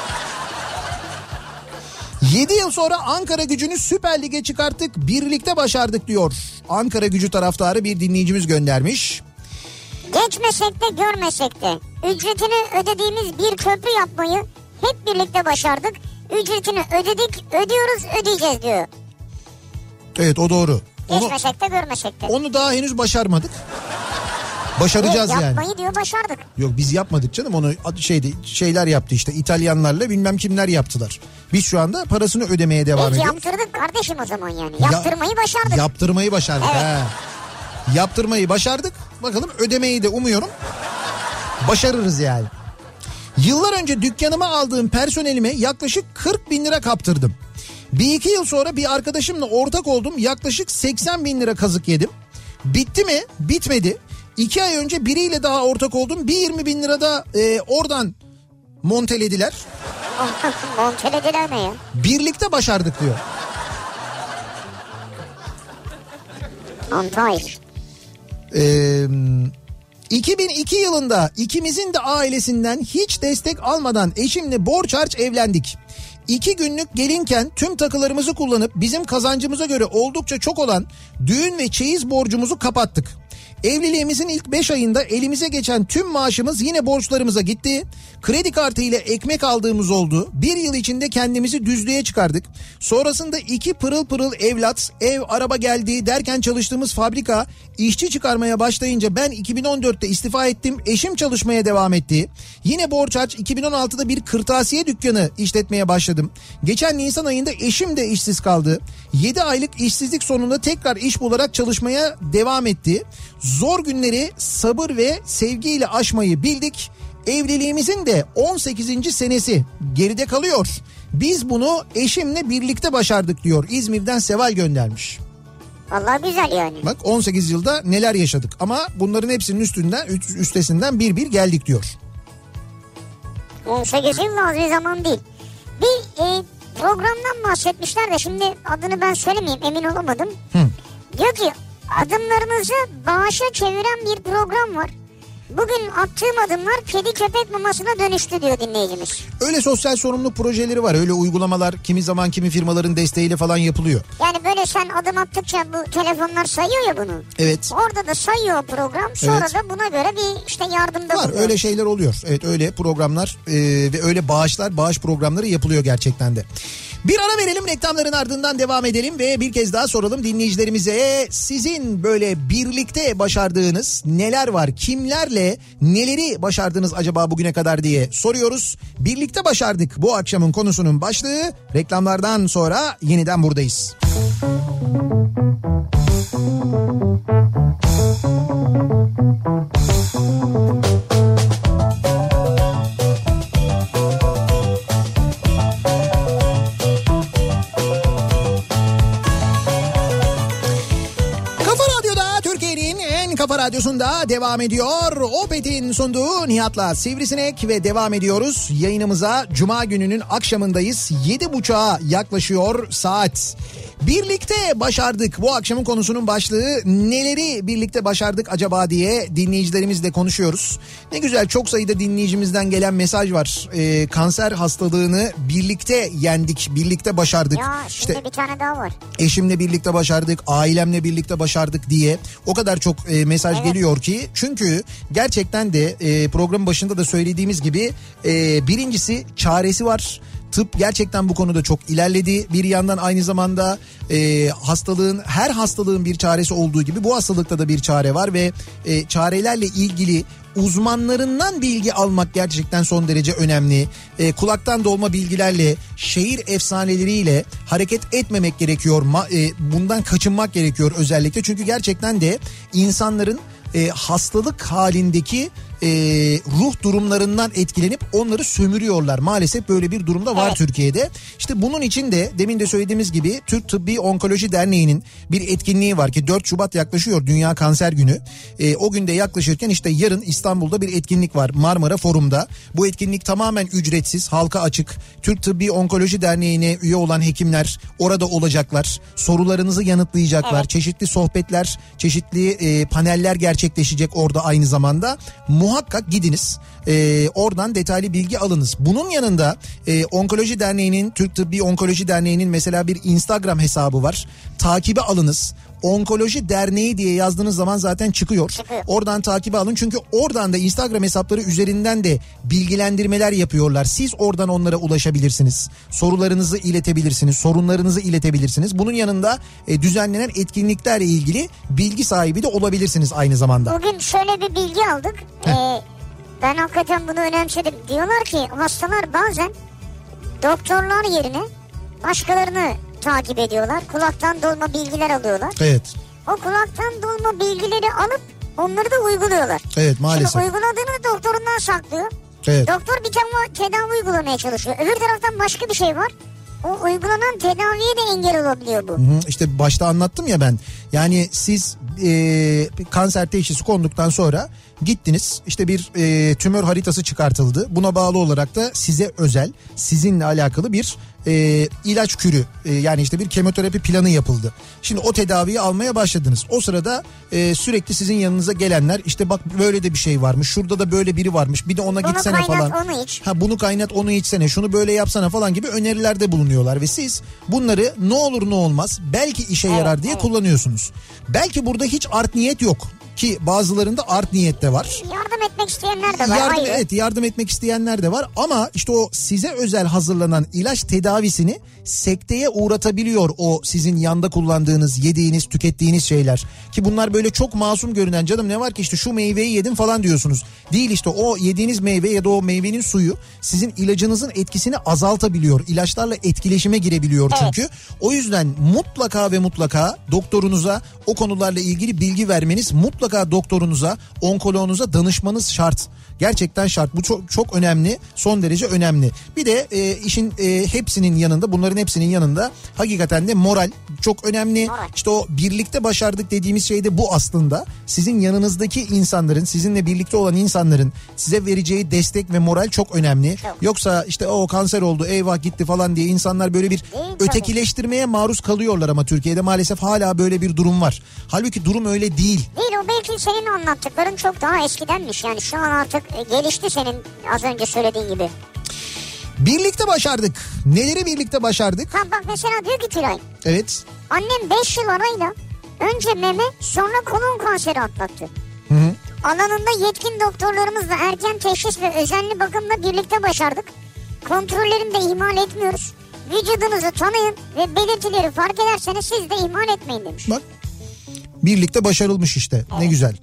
7 yıl sonra Ankara Gücü'nü Süper Lig'e çıkarttık, birlikte başardık diyor. Ankara Gücü taraftarı bir dinleyicimiz göndermiş. Geçmesek de görmesek de ücretini ödediğimiz bir köprü yapmayı hep birlikte başardık. Ücretini ödedik, ödüyoruz, ödeyeceğiz diyor. Evet o doğru. Geçmesek de görmesek de. Onu daha henüz başarmadık. Başaracağız yani. Yapmayı diyor başardık. Yok biz yapmadık canım, onu şeyler yaptı işte, İtalyanlarla bilmem kimler yaptılar. Biz şu anda parasını ödemeye devam Biz ediyoruz. yaptırdık kardeşim o zaman yani. Yaptırmayı başardık. Yaptırmayı başardık. Evet. He. Yaptırmayı başardık. Bakalım ödemeyi de umuyorum başarırız yani. Yıllar önce dükkanıma aldığım personelime yaklaşık 40 bin lira kaptırdım. Bir iki yıl sonra bir arkadaşımla ortak oldum. Yaklaşık 80 bin lira kazık yedim. Bitti mi? Bitmedi. 2 ay önce biriyle daha ortak oldum. Bir 20 bin lira da oradan montelediler. Montelediler ne ya? Birlikte başardık diyor. Antayır. 2002 yılında ikimizin de ailesinden hiç destek almadan eşimle borç harç evlendik. 2 günlük gelinken tüm takılarımızı kullanıp bizim kazancımıza göre oldukça çok olan düğün ve çeyiz borcumuzu kapattık. Evliliğimizin ilk 5 ayında elimize geçen tüm maaşımız yine borçlarımıza gitti. Kredi kartı ile ekmek aldığımız oldu. 1 yıl içinde kendimizi düzlüğe çıkardık. Sonrasında 2 pırıl pırıl evlat, ev, araba geldi derken çalıştığımız fabrika işçi çıkarmaya başlayınca ben 2014'te istifa ettim. Eşim çalışmaya devam etti. Yine borç harç 2016'da bir kırtasiye dükkanı işletmeye başladım. Geçen Nisan ayında eşim de işsiz kaldı. 7 aylık işsizlik sonunda tekrar iş bularak çalışmaya devam etti. Zor günleri sabır ve sevgiyle aşmayı bildik. Evliliğimizin de 18. senesi geride kalıyor. Biz bunu eşimle birlikte başardık diyor. İzmir'den Seval göndermiş. Vallahi güzel yani. Bak 18 yılda neler yaşadık ama bunların hepsinin üstesinden bir geldik diyor. 18 yıl az bir zaman değil. Bir programdan bahsetmişler de şimdi adını ben söylemeyeyim, emin olamadım. Diyor ki adımlarınızı bağışa çeviren bir program var. Bugün attığım adımlar kedi köpek mamasına dönüştü diyor dinleyicimiz. Öyle sosyal sorumluluk projeleri var. Öyle uygulamalar kimi zaman kimi firmaların desteğiyle falan yapılıyor. Yani böyle sen adım attıkça bu telefonlar sayıyor ya bunu. Evet. Orada da sayıyor program. Sonra Evet. da buna göre bir işte yardımda var. buluyor. Öyle şeyler oluyor. Evet öyle programlar ve öyle bağış programları yapılıyor gerçekten de. Bir ara verelim, reklamların ardından devam edelim ve bir kez daha soralım dinleyicilerimize. Sizin böyle birlikte başardığınız neler var? Kimlerle neleri başardınız acaba bugüne kadar diye soruyoruz. Birlikte başardık bu akşamın konusunun başlığı. Reklamlardan sonra yeniden buradayız. Kafa Radyosu'nda devam ediyor. Opet'in sunduğu Nihat'la Sivrisinek ve devam ediyoruz. Yayınımıza Cuma gününün akşamındayız. 7.30'a yaklaşıyor saat. Birlikte başardık. Bu akşamın konusunun başlığı neleri birlikte başardık acaba diye dinleyicilerimizle konuşuyoruz. Ne güzel, çok sayıda dinleyicimizden gelen mesaj var. Kanser hastalığını birlikte yendik, birlikte başardık. Ya şimdi İşte, bir tane daha var. eşimle birlikte başardık, ailemle birlikte başardık diye o kadar çok mesaj geliyor ki. Çünkü gerçekten de programın başında da söylediğimiz gibi birincisi çaresi var. Tıp gerçekten bu konuda çok ilerledi. Bir yandan aynı zamanda her hastalığın bir çaresi olduğu gibi bu hastalıkta da bir çare var ve çarelerle ilgili uzmanlarından bilgi almak gerçekten son derece önemli. Kulaktan dolma bilgilerle, şehir efsaneleriyle hareket etmemek gerekiyor. Bundan kaçınmak gerekiyor özellikle. Çünkü gerçekten de insanların hastalık halindeki ruh durumlarından etkilenip onları sömürüyorlar. Maalesef böyle bir durumda var Türkiye'de. İşte bunun için de demin de söylediğimiz gibi Türk Tıbbi Onkoloji Derneği'nin bir etkinliği var ki 4 Şubat yaklaşıyor, Dünya Kanser Günü. O günde yaklaşırken işte yarın İstanbul'da bir etkinlik var Marmara Forum'da. Bu etkinlik tamamen ücretsiz, halka açık. Türk Tıbbi Onkoloji Derneği'ne üye olan hekimler orada olacaklar. Sorularınızı yanıtlayacaklar. Evet. Çeşitli sohbetler, çeşitli paneller gerçekleşecek orada aynı zamanda. Muhakkak gidiniz. Oradan detaylı bilgi alınız. Bunun yanında Onkoloji Derneği'nin, Türk Tıbbi Onkoloji Derneği'nin mesela bir Instagram hesabı var. Takibe alınız. Onkoloji Derneği diye yazdığınız zaman zaten çıkıyor. Oradan takibe alın çünkü oradan da Instagram hesapları üzerinden de bilgilendirmeler yapıyorlar. Siz oradan onlara ulaşabilirsiniz. Sorularınızı iletebilirsiniz, sorunlarınızı iletebilirsiniz. Bunun yanında düzenlenen etkinliklerle ilgili bilgi sahibi de olabilirsiniz aynı zamanda. Bugün şöyle bir bilgi aldık. Ben hakikaten bunu önemsedim. Diyorlar ki hastalar bazen doktorlar yerine başkalarını takip ediyorlar. Kulaktan dolma bilgiler alıyorlar. Evet. O kulaktan dolma bilgileri alıp onları da uyguluyorlar. Evet, maalesef. Şimdi uyguladığını doktorundan saklıyor. Evet. Doktor bir tedavi uygulamaya çalışıyor. Öbür taraftan başka bir şey var. O uygulanan tedaviye de engel olabiliyor bu. İşte başta anlattım ya ben. Yani siz kanser teşhisi konduktan sonra gittiniz. İşte bir tümör haritası çıkartıldı. Buna bağlı olarak da size özel, sizinle alakalı bir ilaç kürü, yani işte bir kemoterapi planı yapıldı. Şimdi o tedaviyi almaya başladınız. O sırada sürekli sizin yanınıza gelenler işte bak böyle de bir şey varmış. Şurada da böyle biri varmış. Bir de ona gitsene falan. Bunu kaynat onu iç. Bunu kaynat onu içsene. Şunu böyle yapsana falan gibi önerilerde bulunuyorlar. Ve siz bunları ne olur ne olmaz belki işe yarar diye kullanıyorsunuz. Belki burada hiç art niyet yok. Ki bazılarında art niyet de var. Yardım etmek isteyenler de var. Evet, yardım etmek isteyenler de var. Ama işte o size özel hazırlanan ilaç tedavisini sekteye uğratabiliyor o sizin yanda kullandığınız, yediğiniz, tükettiğiniz şeyler. Ki bunlar böyle çok masum görünen, canım ne var ki işte şu meyveyi yedim falan diyorsunuz. Değil, işte o yediğiniz meyve ya da o meyvenin suyu sizin ilacınızın etkisini azaltabiliyor. İlaçlarla etkileşime girebiliyor çünkü. Evet. O yüzden mutlaka ve mutlaka doktorunuza o konularla ilgili bilgi vermeniz, mutlaka doktorunuza, onkoloğunuza danışmanız şart. Gerçekten şart. Bu çok çok önemli. Son derece önemli. Bir de işin hepsinin yanında, bunların hepsinin yanında hakikaten de moral çok önemli. İşte o birlikte başardık dediğimiz şey de bu aslında. Sizin yanınızdaki insanların, sizinle birlikte olan insanların size vereceği destek ve moral çok önemli. Yoksa işte o kanser oldu, eyvah gitti falan diye insanlar böyle bir ötekileştirmeye maruz kalıyorlar ama Türkiye'de maalesef hala böyle bir durum var. Halbuki durum öyle değil. Değil, o belki senin anlattıkların çok daha eskidenmiş. Yani şu an artık gelişti senin az önce söylediğin gibi. Birlikte başardık. Neleri birlikte başardık? Ha bak mesela diyor ki Tülay. Evet. Annem 5 yıl arayla önce meme sonra kolon kanseri atlattı. Hı. Alanında yetkin doktorlarımızla erken teşhis ve özenli bakımla birlikte başardık. Kontrollerini de ihmal etmiyoruz. Vücudunuzu tanıyın ve belirtileri fark ederseniz siz de ihmal etmeyin demiş. Bak, birlikte başarılmış işte. Evet. Ne güzel.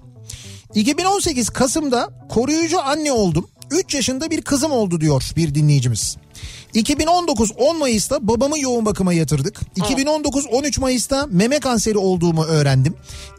2018 Kasım'da koruyucu anne oldum. 3 yaşında bir kızım oldu diyor bir dinleyicimiz. 2019 10 Mayıs'ta babamı yoğun bakıma yatırdık. 2019 13 Mayıs'ta meme kanseri olduğumu öğrendim.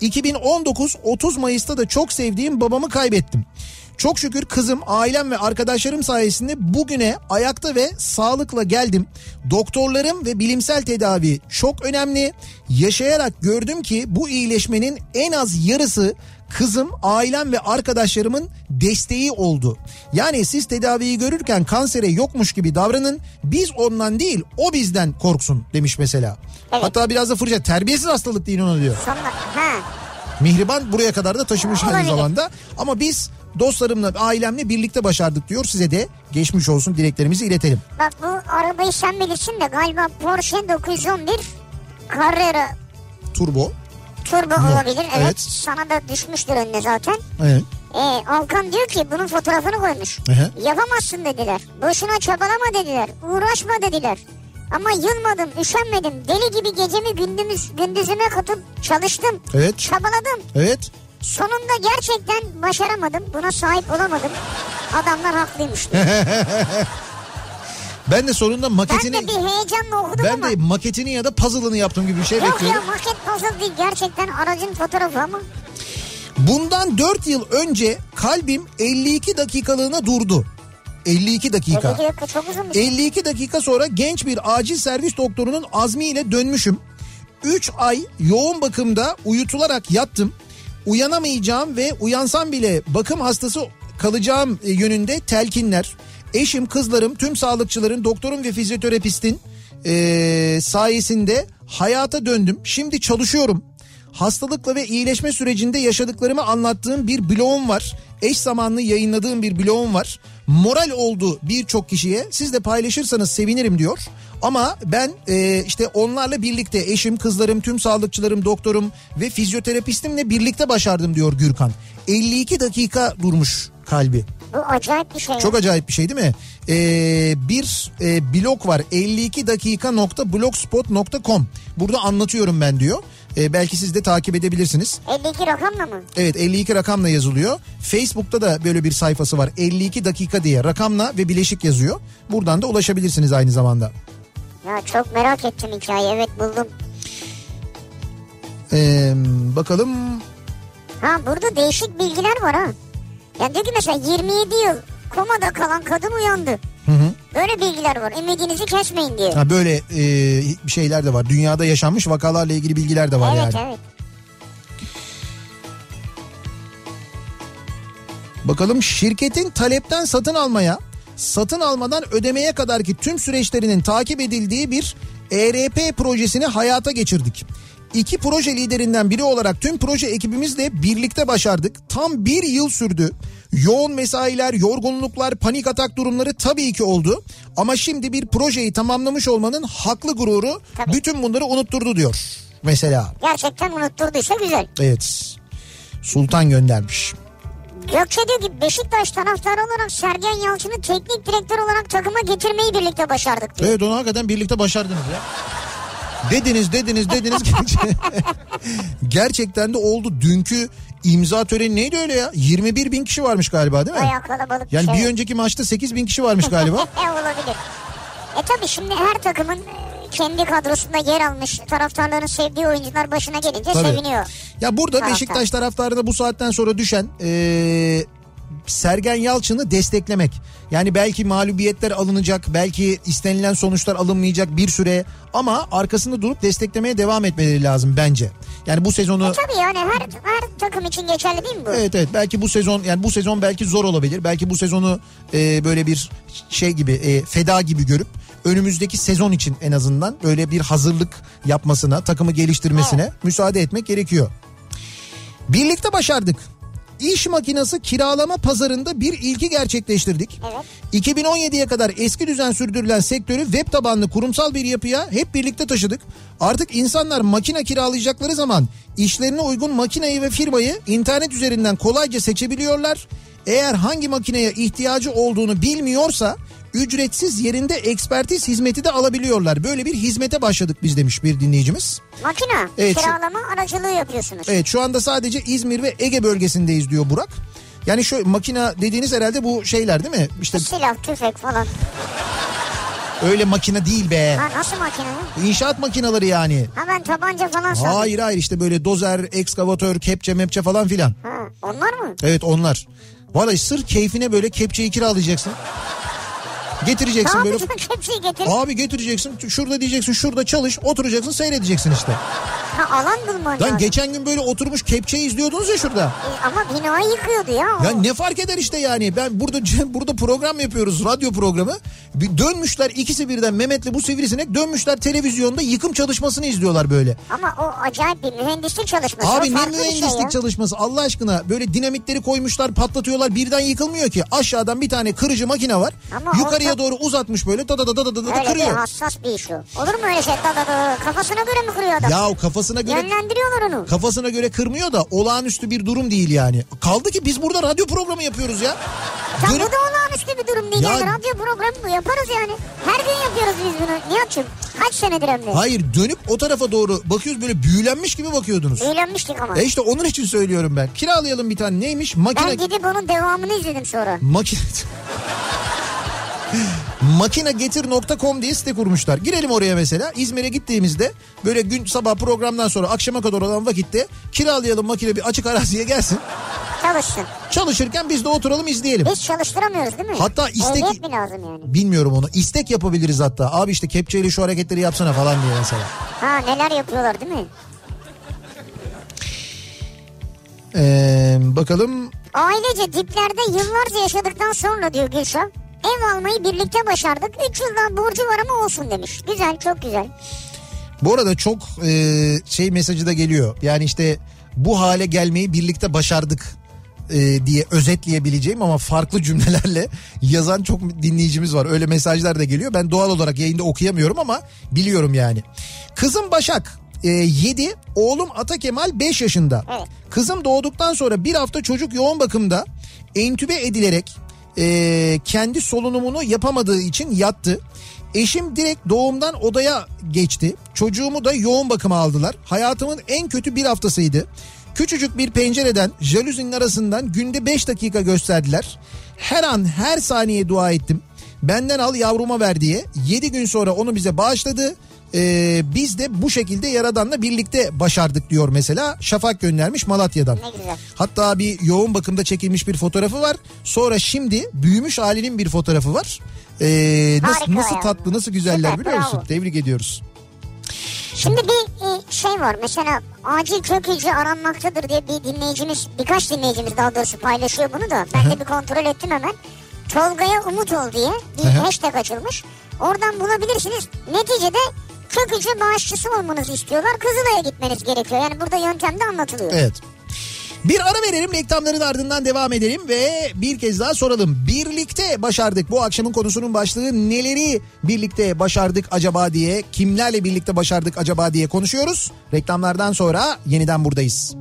2019 30 Mayıs'ta da çok sevdiğim babamı kaybettim. Çok şükür kızım, ailem ve arkadaşlarım sayesinde bugüne ayakta ve sağlıkla geldim. Doktorlarım ve bilimsel tedavi çok önemli. Yaşayarak gördüm ki bu iyileşmenin en az yarısı kızım, ailem ve arkadaşlarımın desteği oldu. Yani siz tedaviyi görürken kansere yokmuş gibi davranın. Biz ondan değil, o bizden korksun demiş mesela. Evet. Hatta biraz da fırça, terbiyesiz hastalık değil ona diyor. Mihriban buraya kadar da taşımış aynı zamanda. Ama biz dostlarımla, ailemle birlikte başardık diyor. Size de geçmiş olsun dileklerimizi iletelim. Bak bu arabayı sen bilirsin de galiba Porsche 911 Carrera Turbo olabilir. Evet. Sana da düşmüştür önüne zaten. Evet. Alkan diyor ki bunun fotoğrafını koymuş. Yapamazsın dediler. Boşuna çabalama dediler. Uğraşma dediler. Ama yılmadım, üşenmedim. Deli gibi gecemi gündüzüme katıp çalıştım. Evet. Çabaladım. Evet. Sonunda gerçekten başaramadım. Buna sahip olamadım. Adamlar haklıymış. Ben de sonunda maketini... Ben de bir heyecanla okudum ama... Ben de maketini ya da puzzle'ını yaptım gibi bir şey bekliyorum. Yok ya, maket puzzle değil, gerçekten aracın fotoğrafı ama... Bundan 4 yıl önce kalbim 52 dakikalığına durdu. 52 dakika. 52 dakika çok uzun bir şey. 52 dakika sonra genç bir acil servis doktorunun azmiyle dönmüşüm. 3 ay yoğun bakımda uyutularak yattım. Uyanamayacağım ve uyansam bile bakım hastası kalacağım yönünde telkinler. Eşim, kızlarım, tüm sağlıkçıların, doktorun ve fizyoterapistin sayesinde hayata döndüm. Şimdi çalışıyorum. Hastalıkla ve iyileşme sürecinde yaşadıklarımı anlattığım bir blogum var. Eş zamanlı yayınladığım bir blogum var. Moral oldu birçok kişiye. Siz de paylaşırsanız sevinirim diyor. Ama ben işte onlarla birlikte eşim, kızlarım, tüm sağlıkçılarım, doktorum ve fizyoterapistimle birlikte başardım diyor Gürkan. 52 dakika durmuş kalbi. Bu acayip bir şey. Çok acayip bir şey değil mi? Bir blog var 52dakika.blogspot.com. Burada anlatıyorum ben diyor. Belki siz de takip edebilirsiniz. 52 rakamla mı? Evet 52 rakamla yazılıyor. Facebook'ta da böyle bir sayfası var 52 dakika diye rakamla ve bileşik yazıyor. Buradan da ulaşabilirsiniz aynı zamanda. Ya çok merak ettim hikayeyi, evet buldum. Bakalım. Ha burada değişik bilgiler var ha. Ya diyor ki mesela 27 yıl komada kalan kadın uyandı. Hı hı. Böyle bilgiler var. Ümidinizi kesmeyin diyor. Ha böyle şeyler de var. Dünyada yaşanmış vakalarla ilgili bilgiler de var evet, yani. Evet. Bakalım şirketin talepten satın almaya, satın almadan ödemeye kadarki tüm süreçlerinin takip edildiği bir ERP projesini hayata geçirdik. 2 proje liderinden biri olarak tüm proje ekibimizle birlikte başardık. Tam 1 yıl sürdü. Yoğun mesailer, yorgunluklar, panik atak durumları tabii ki oldu. Ama şimdi bir projeyi tamamlamış olmanın haklı gururu bütün bunları unutturdu diyor mesela. Gerçekten unutturduysa güzel. Evet. Sultan göndermiş. Gökçe diyor ki Beşiktaş taraftarı olarak Sergen Yalçın'ı teknik direktör olarak takıma getirmeyi birlikte başardık diyor. Evet onu hakikaten birlikte başardınız ya. Dediniz. Gerçekten de oldu. Dünkü imza töreni neydi öyle ya? 21 bin kişi varmış galiba değil mi? Bayağı kalabalık yani bir şey. Bir önceki maçta 8 bin kişi varmış galiba. Olabilir. Tabii şimdi her takımın kendi kadrosunda yer almış taraftarların sevdiği oyuncular başına gelince seviniyor. Ya burada Beşiktaş taraftarına bu saatten sonra düşen Sergen Yalçın'ı desteklemek. Yani belki mağlubiyetler alınacak, belki istenilen sonuçlar alınmayacak bir süre ama arkasında durup desteklemeye devam etmeleri lazım bence. Yani bu sezonu... Tabii yani her takım için geçerli değil mi bu? Evet belki bu sezon belki zor olabilir. Belki bu sezonu böyle bir şey gibi feda gibi görüp önümüzdeki sezon için en azından böyle bir hazırlık yapmasına, takımı geliştirmesine müsaade etmek gerekiyor. Birlikte başardık. İş makinesi kiralama pazarında bir ilki gerçekleştirdik. Evet. 2017'ye kadar eski düzen sürdürülen sektörü web tabanlı kurumsal bir yapıya hep birlikte taşıdık. Artık insanlar makine kiralayacakları zaman işlerine uygun makineyi ve firmayı internet üzerinden kolayca seçebiliyorlar. Eğer hangi makineye ihtiyacı olduğunu bilmiyorsa ücretsiz yerinde ekspertiz hizmeti de alabiliyorlar. Böyle bir hizmete başladık biz demiş bir dinleyicimiz. Makine kiralama aracılığı yapıyorsunuz. Evet şu anda sadece İzmir ve Ege bölgesindeyiz diyor Burak. Yani şu makine dediğiniz herhalde bu şeyler değil mi? İşte silah, tüfek falan. Öyle makine değil be. Ha nasıl makine? İnşaat makineleri yani. Ha ben tabanca falan sandım. Hayır işte böyle dozer, ekskavatör, kepçe mepçe falan filan. Ha onlar mı? Evet onlar. Vallahi sırf keyfine böyle kepçeyi kiralayacaksın. Getireceksin ne böyle. Kepçeyi getir. Abi getireceksin. Şurada diyeceksin, şurada çalış, oturacaksın, seyredeceksin işte. Ha alan bulman lazım. Geçen gün böyle oturmuş kepçeyi izliyordunuz ya şurada. Ama binayı yıkıyordu ya. Ya ne fark eder işte yani. Ben burada program yapıyoruz, radyo programı. Dönmüşler ikisi birden, Mehmet'le bu sivrisinek dönmüşler televizyonda yıkım çalışmasını izliyorlar böyle. Ama o acayip bir mühendislik çalışması. Abi ne mühendislik çalışması Allah aşkına. Böyle dinamitleri koymuşlar, patlatıyorlar, birden yıkılmıyor ki. Aşağıdan bir tane kırıcı makine var. Ama yukarıya doğru uzatmış böyle da öyle kırıyor. Bir hassas bir iş o. Olur mu öyle şey? Kafasına göre mi kırıyor adam? Ya kafasına göre. Yönlendiriyorlar onu. Kafasına göre kırmıyor da olağanüstü bir durum değil yani. Kaldı ki biz burada radyo programı yapıyoruz ya. Bu da olağanüstü bir durum değil. Ya, yani radyo programı bu yaparız yani. Her gün yapıyoruz biz bunu. Nihat'cığım kaç senedir hem de. Hayır dönüp o tarafa doğru bakıyoruz böyle büyülenmiş gibi bakıyordunuz. Büyülenmiştik ama. İşte onun için söylüyorum ben. Kiralayalım bir tane neymiş? Makine. Ben gidip onun devamını izledim sonra. Makinegetir.com diye site kurmuşlar. Girelim oraya mesela. İzmir'e gittiğimizde böyle gün sabah programdan sonra akşama kadar olan vakitte kiralayalım makine, bir açık araziye gelsin. Çalışsın. Çalışırken biz de oturalım izleyelim. Biz çalıştıramıyoruz değil mi? Hatta istek... Ehliyet mi lazım yani? Bilmiyorum onu. İstek yapabiliriz hatta. Abi işte kepçeyle şu hareketleri yapsana falan diye mesela. Ha, neler yapıyorlar değil mi? Bakalım. Ailece diplerde yıllarca yaşadıktan sonra diyor Gülşah, ev almayı birlikte başardık. 3 yıldan borcu var ama olsun demiş. Güzel, çok güzel. Bu arada çok mesajı da geliyor. Yani işte bu hale gelmeyi birlikte başardık diye özetleyebileceğim ama farklı cümlelerle yazan çok dinleyicimiz var. Öyle mesajlar da geliyor. Ben doğal olarak yayında okuyamıyorum ama biliyorum yani. Kızım Başak 7, oğlum Atakemal 5 yaşında. Evet. Kızım doğduktan sonra bir hafta çocuk yoğun bakımda entübe edilerek kendi solunumunu yapamadığı için yattı. Eşim direkt doğumdan odaya geçti. Çocuğumu da yoğun bakıma aldılar. Hayatımın en kötü bir haftasıydı. Küçücük bir pencereden, jalüzinin arasından günde 5 dakika gösterdiler. Her an, her saniye dua ettim. Benden al yavruma ver diye. 7 gün sonra onu bize bağışladı. Biz de bu şekilde Yaradan'la birlikte başardık diyor mesela. Şafak göndermiş Malatya'dan. Ne güzel. Hatta bir yoğun bakımda çekilmiş bir fotoğrafı var. Sonra şimdi büyümüş halinin bir fotoğrafı var. Nasıl tatlı, nasıl güzeller, süper, biliyor musun? bravo. Tebrik ediyoruz. Şimdi bir şey var mesela, acil kök hücre aranmaktadır diye birkaç dinleyicimiz daha doğrusu paylaşıyor bunu da. Ben de bir kontrol ettim hemen. Tolga'ya umut ol diye bir hashtag açılmış. Oradan bulabilirsiniz. Neticede kök hücre bağışçısı olmanızı istiyorlar. Kızılay'a gitmeniz gerekiyor. Yani burada yöntemde anlatılıyor. Evet. Bir ara verelim, reklamların ardından devam edelim ve bir kez daha soralım. Birlikte başardık. Bu akşamın konusunun başlığı neleri birlikte başardık acaba diye, kimlerle birlikte başardık acaba diye konuşuyoruz. Reklamlardan sonra yeniden buradayız.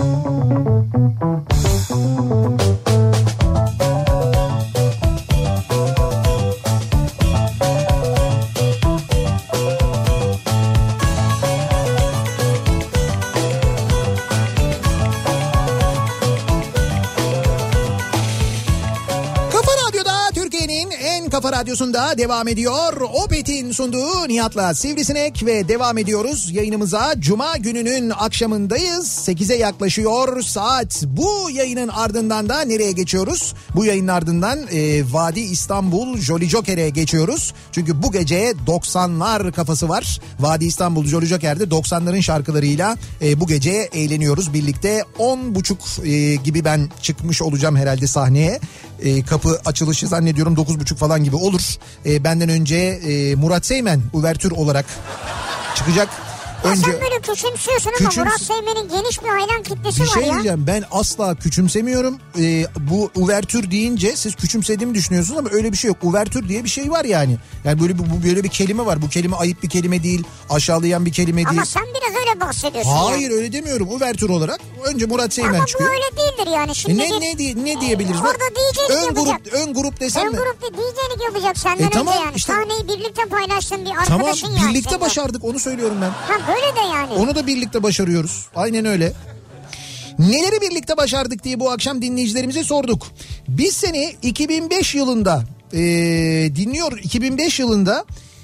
Kafa Radyosu'nda devam ediyor. Opet'in sunduğu Nihat'la Sivrisinek ve devam ediyoruz yayınımıza. Cuma gününün akşamındayız. 8'e yaklaşıyor saat. Bu yayının ardından da nereye geçiyoruz? Bu yayının ardından Vadi İstanbul Jolly Joker'e geçiyoruz. Çünkü bu gece 90'lar kafası var. Vadi İstanbul Jolly Joker'de 90'ların şarkılarıyla bu gece eğleniyoruz birlikte. 10.30 gibi ben çıkmış olacağım herhalde sahneye. Kapı açılışı zannediyorum 9.30 falan gibi olur. Benden önce Murat Seymen uvertür olarak çıkacak. Önce, sen böyle küçümsüyorsun ama Murat Seymen'in geniş bir hayran kitlesi var ya. Bir şey diyeceğim, ben asla küçümsemiyorum. Bu uvertür deyince siz küçümsediğimi düşünüyorsunuz ama öyle bir şey yok. Uvertür diye bir şey var yani. Yani böyle bir kelime var. Bu kelime ayıp bir kelime değil. Aşağılayan bir kelime değil. Ama sen biraz öyle bahsediyorsun. Hayır öyle demiyorum. Uvertür olarak önce Murat Seymen çıkıyor. Ama bu öyle değildir yani. Şimdi ne diyebiliriz? Orada DJ'lik yapacak. Ön grup desem mi? Ön grup DJ'lik yapacak senden tamam, önce yani. Işte, sahneyi birlikte paylaştın bir arkadaşın tamam, yani. Birlikte başardık, onu söylüyorum ben. Ha böyle de yani. Onu da birlikte başarıyoruz. Aynen öyle. Neleri birlikte başardık diye bu akşam dinleyicilerimize sorduk. Biz seni 2005 yılında dinliyor. 2005 yılında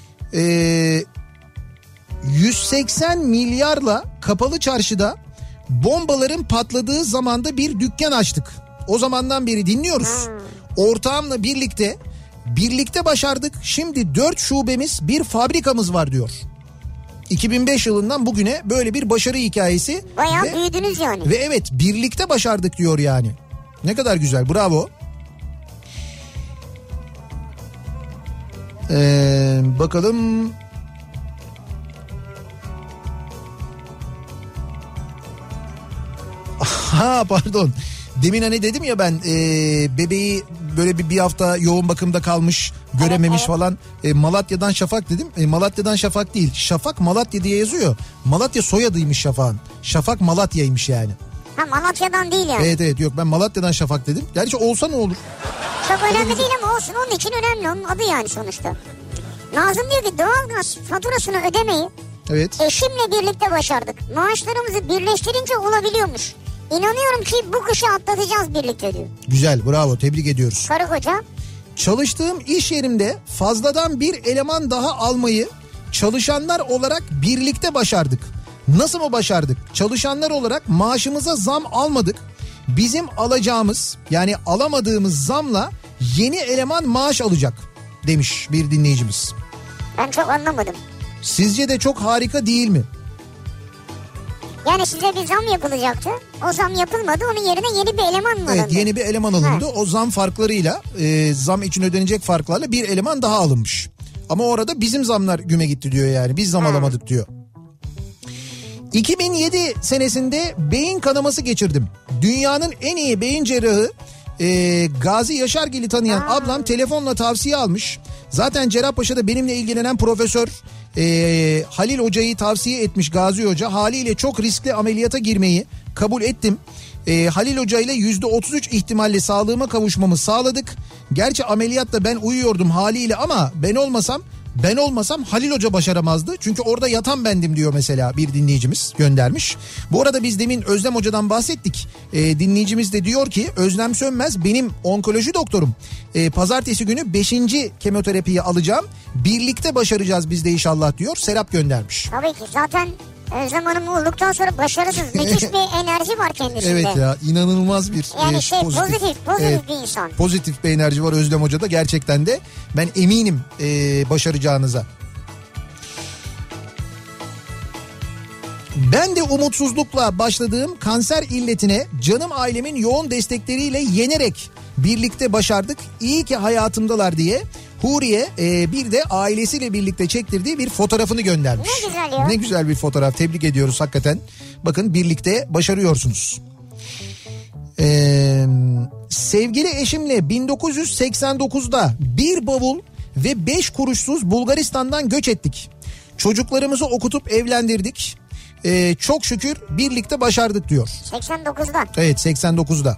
180 milyarla Kapalı Çarşıda bombaların patladığı zamanda bir dükkan açtık. O zamandan beri dinliyoruz. Ortağımla birlikte başardık. Şimdi 4 şubemiz, bir fabrikamız var diyor. 2005 yılından bugüne böyle bir başarı hikayesi. Bayağı büyüdünüz yani. Ve evet, birlikte başardık diyor yani. Ne kadar güzel, bravo. Bakalım. Ha pardon. Demin hani dedim ya ben bebeği böyle bir hafta yoğun bakımda kalmış, görememiş falan. Malatya'dan Şafak dedim. Malatya'dan Şafak değil. Şafak Malatya diye yazıyor. Malatya soyadıymış Şafak'ın. Şafak Malatya'ymış yani. Ha, Malatya'dan değil yani. Evet yok, ben Malatya'dan Şafak dedim. Gerçi olsa ne olur? Çok önemli değil ama olsun, onun için önemli, onun adı yani sonuçta. Nazım diyor ki doğalgaz faturasını ödemeyi eşimle birlikte başardık. Maaşlarımızı birleştirince olabiliyormuş. İnanıyorum ki bu kışı atlatacağız birlikte diyor. Güzel, bravo, tebrik ediyoruz. Karı koca. Çalıştığım iş yerimde fazladan bir eleman daha almayı çalışanlar olarak birlikte başardık. Nasıl mı başardık? Çalışanlar olarak maaşımıza zam almadık. Bizim alacağımız, yani alamadığımız zamla yeni eleman maaş alacak demiş bir dinleyicimiz. Ben çok anlamadım. Sizce de çok harika değil mi? Yani size bir zam yapılacaktı. O zam yapılmadı. Onun yerine yeni bir eleman mı alındı? Evet, yeni bir eleman alındı. O zam farklarıyla, zam için ödenecek farklarla bir eleman daha alınmış. Ama orada bizim zamlar güme gitti diyor yani. Biz zam alamadık diyor. 2007 senesinde beyin kanaması geçirdim. Dünyanın en iyi beyin cerrahı Gazi Yaşargil'i tanıyan ablam telefonla tavsiye almış. Zaten Cerrahpaşa'da benimle ilgilenen profesör Halil Hoca'yı tavsiye etmiş Gazi Hoca. Haliyle çok riskli ameliyata girmeyi kabul ettim. Halil Hoca ile %33 ihtimalle sağlığıma kavuşmamı sağladık. Gerçi ameliyatta ben uyuyordum haliyle ama ben olmasam Halil Hoca başaramazdı. Çünkü orada yatan bendim diyor mesela bir dinleyicimiz göndermiş. Bu arada biz demin Özlem Hoca'dan bahsettik. Dinleyicimiz de diyor ki Özlem Sönmez benim onkoloji doktorum. Pazartesi günü 5. kemoterapiyi alacağım. Birlikte başaracağız biz de inşallah diyor. Serap göndermiş. Tabii ki zaten Özlem Hanım olduktan sonra başarısız. Müthiş bir enerji var kendisinde. Evet ya, inanılmaz bir yani pozitif bir insan. Pozitif bir enerji var Özlem Hoca'da gerçekten de. Ben eminim başaracağınıza. Ben de umutsuzlukla başladığım kanser illetine canım ailemin yoğun destekleriyle yenerek birlikte başardık. İyi ki hayatımdalar diye Huriye bir de ailesiyle birlikte çektirdiği bir fotoğrafını göndermiş. Ne güzel ya. Ne güzel bir fotoğraf, tebrik ediyoruz hakikaten. Bakın birlikte başarıyorsunuz. Sevgili eşimle 1989'da bir bavul ve 5 kuruşsuz Bulgaristan'dan göç ettik. Çocuklarımızı okutup evlendirdik. Çok şükür birlikte başardık diyor. 89'da. Evet, 89'da.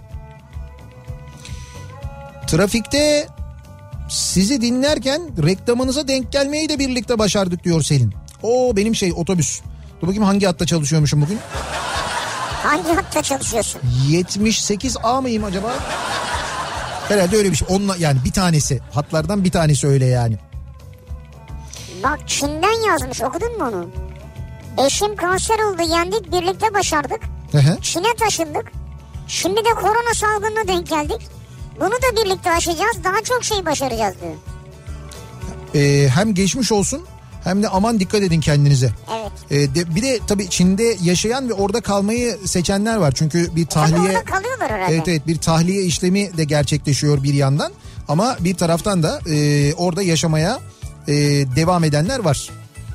Trafikte sizi dinlerken reklamınıza denk gelmeyi de birlikte başardık diyor Selin. O benim otobüs. Dur bakayım hangi hatta çalışıyormuşum bugün? Hangi hatta çalışıyorsun? 78A mıyım acaba? Herhalde öyle bir şey. Onunla, yani bir tanesi. Hatlardan bir tanesi öyle yani. Bak Çin'den yazmış, okudun mu onu? Eşim kanser oldu, yendik, birlikte başardık. Çin'e taşındık. Şimdi de korona salgınına denk geldik. Bunu da birlikte aşacağız, daha çok şey başaracağız diyor. Hem geçmiş olsun hem de aman dikkat edin kendinize. Evet. Bir de tabii Çin'de yaşayan ve orada kalmayı seçenler var. Çünkü bir tahliye... Tabii orada kalıyorlar herhalde. Evet, bir tahliye işlemi de gerçekleşiyor bir yandan. Ama bir taraftan da orada yaşamaya devam edenler var.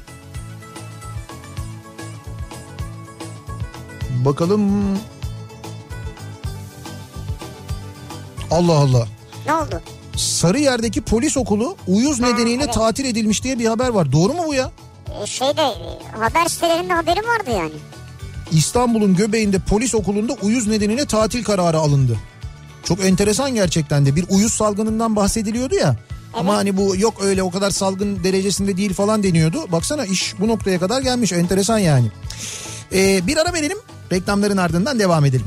Bakalım... Allah Allah. Ne oldu? Sarıyer'deki polis okulu uyuz nedeniyle tatil edilmiş diye bir haber var. Doğru mu bu ya? Haber sitelerinde haberi vardı yani. İstanbul'un göbeğinde polis okulunda uyuz nedeniyle tatil kararı alındı. Çok enteresan gerçekten de. Bir uyuz salgınından bahsediliyordu ya. Evet. Ama hani bu yok öyle o kadar salgın derecesinde değil falan deniyordu. Baksana iş bu noktaya kadar gelmiş. Enteresan yani. Bir ara verelim. Reklamların ardından devam edelim.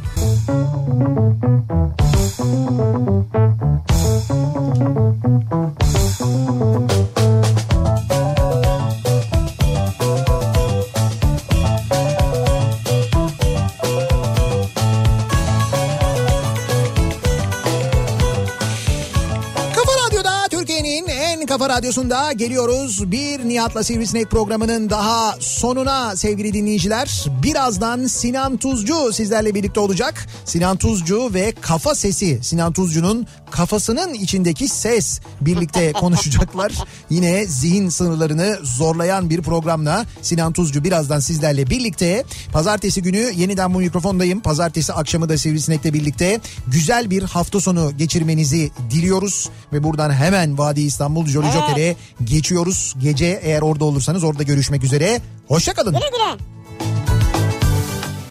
Kafa Radyosu'nda geliyoruz. Bir Nihat'la Sivrisinek programının daha sonuna sevgili dinleyiciler. Birazdan Sinan Tuzcu sizlerle birlikte olacak. Sinan Tuzcu ve Kafa Sesi. Sinan Tuzcu'nun kafasının içindeki ses birlikte konuşacaklar. Yine zihin sınırlarını zorlayan bir programla Sinan Tuzcu birazdan sizlerle birlikte. Pazartesi günü yeniden bu mikrofondayım. Pazartesi akşamı da Sivrisinek'le birlikte güzel bir hafta sonu geçirmenizi diliyoruz. Ve buradan hemen Vadi İstanbul Jolly Joker'e geçiyoruz. Gece eğer orada olursanız orada görüşmek üzere. Hoşça kalın. Güle güle.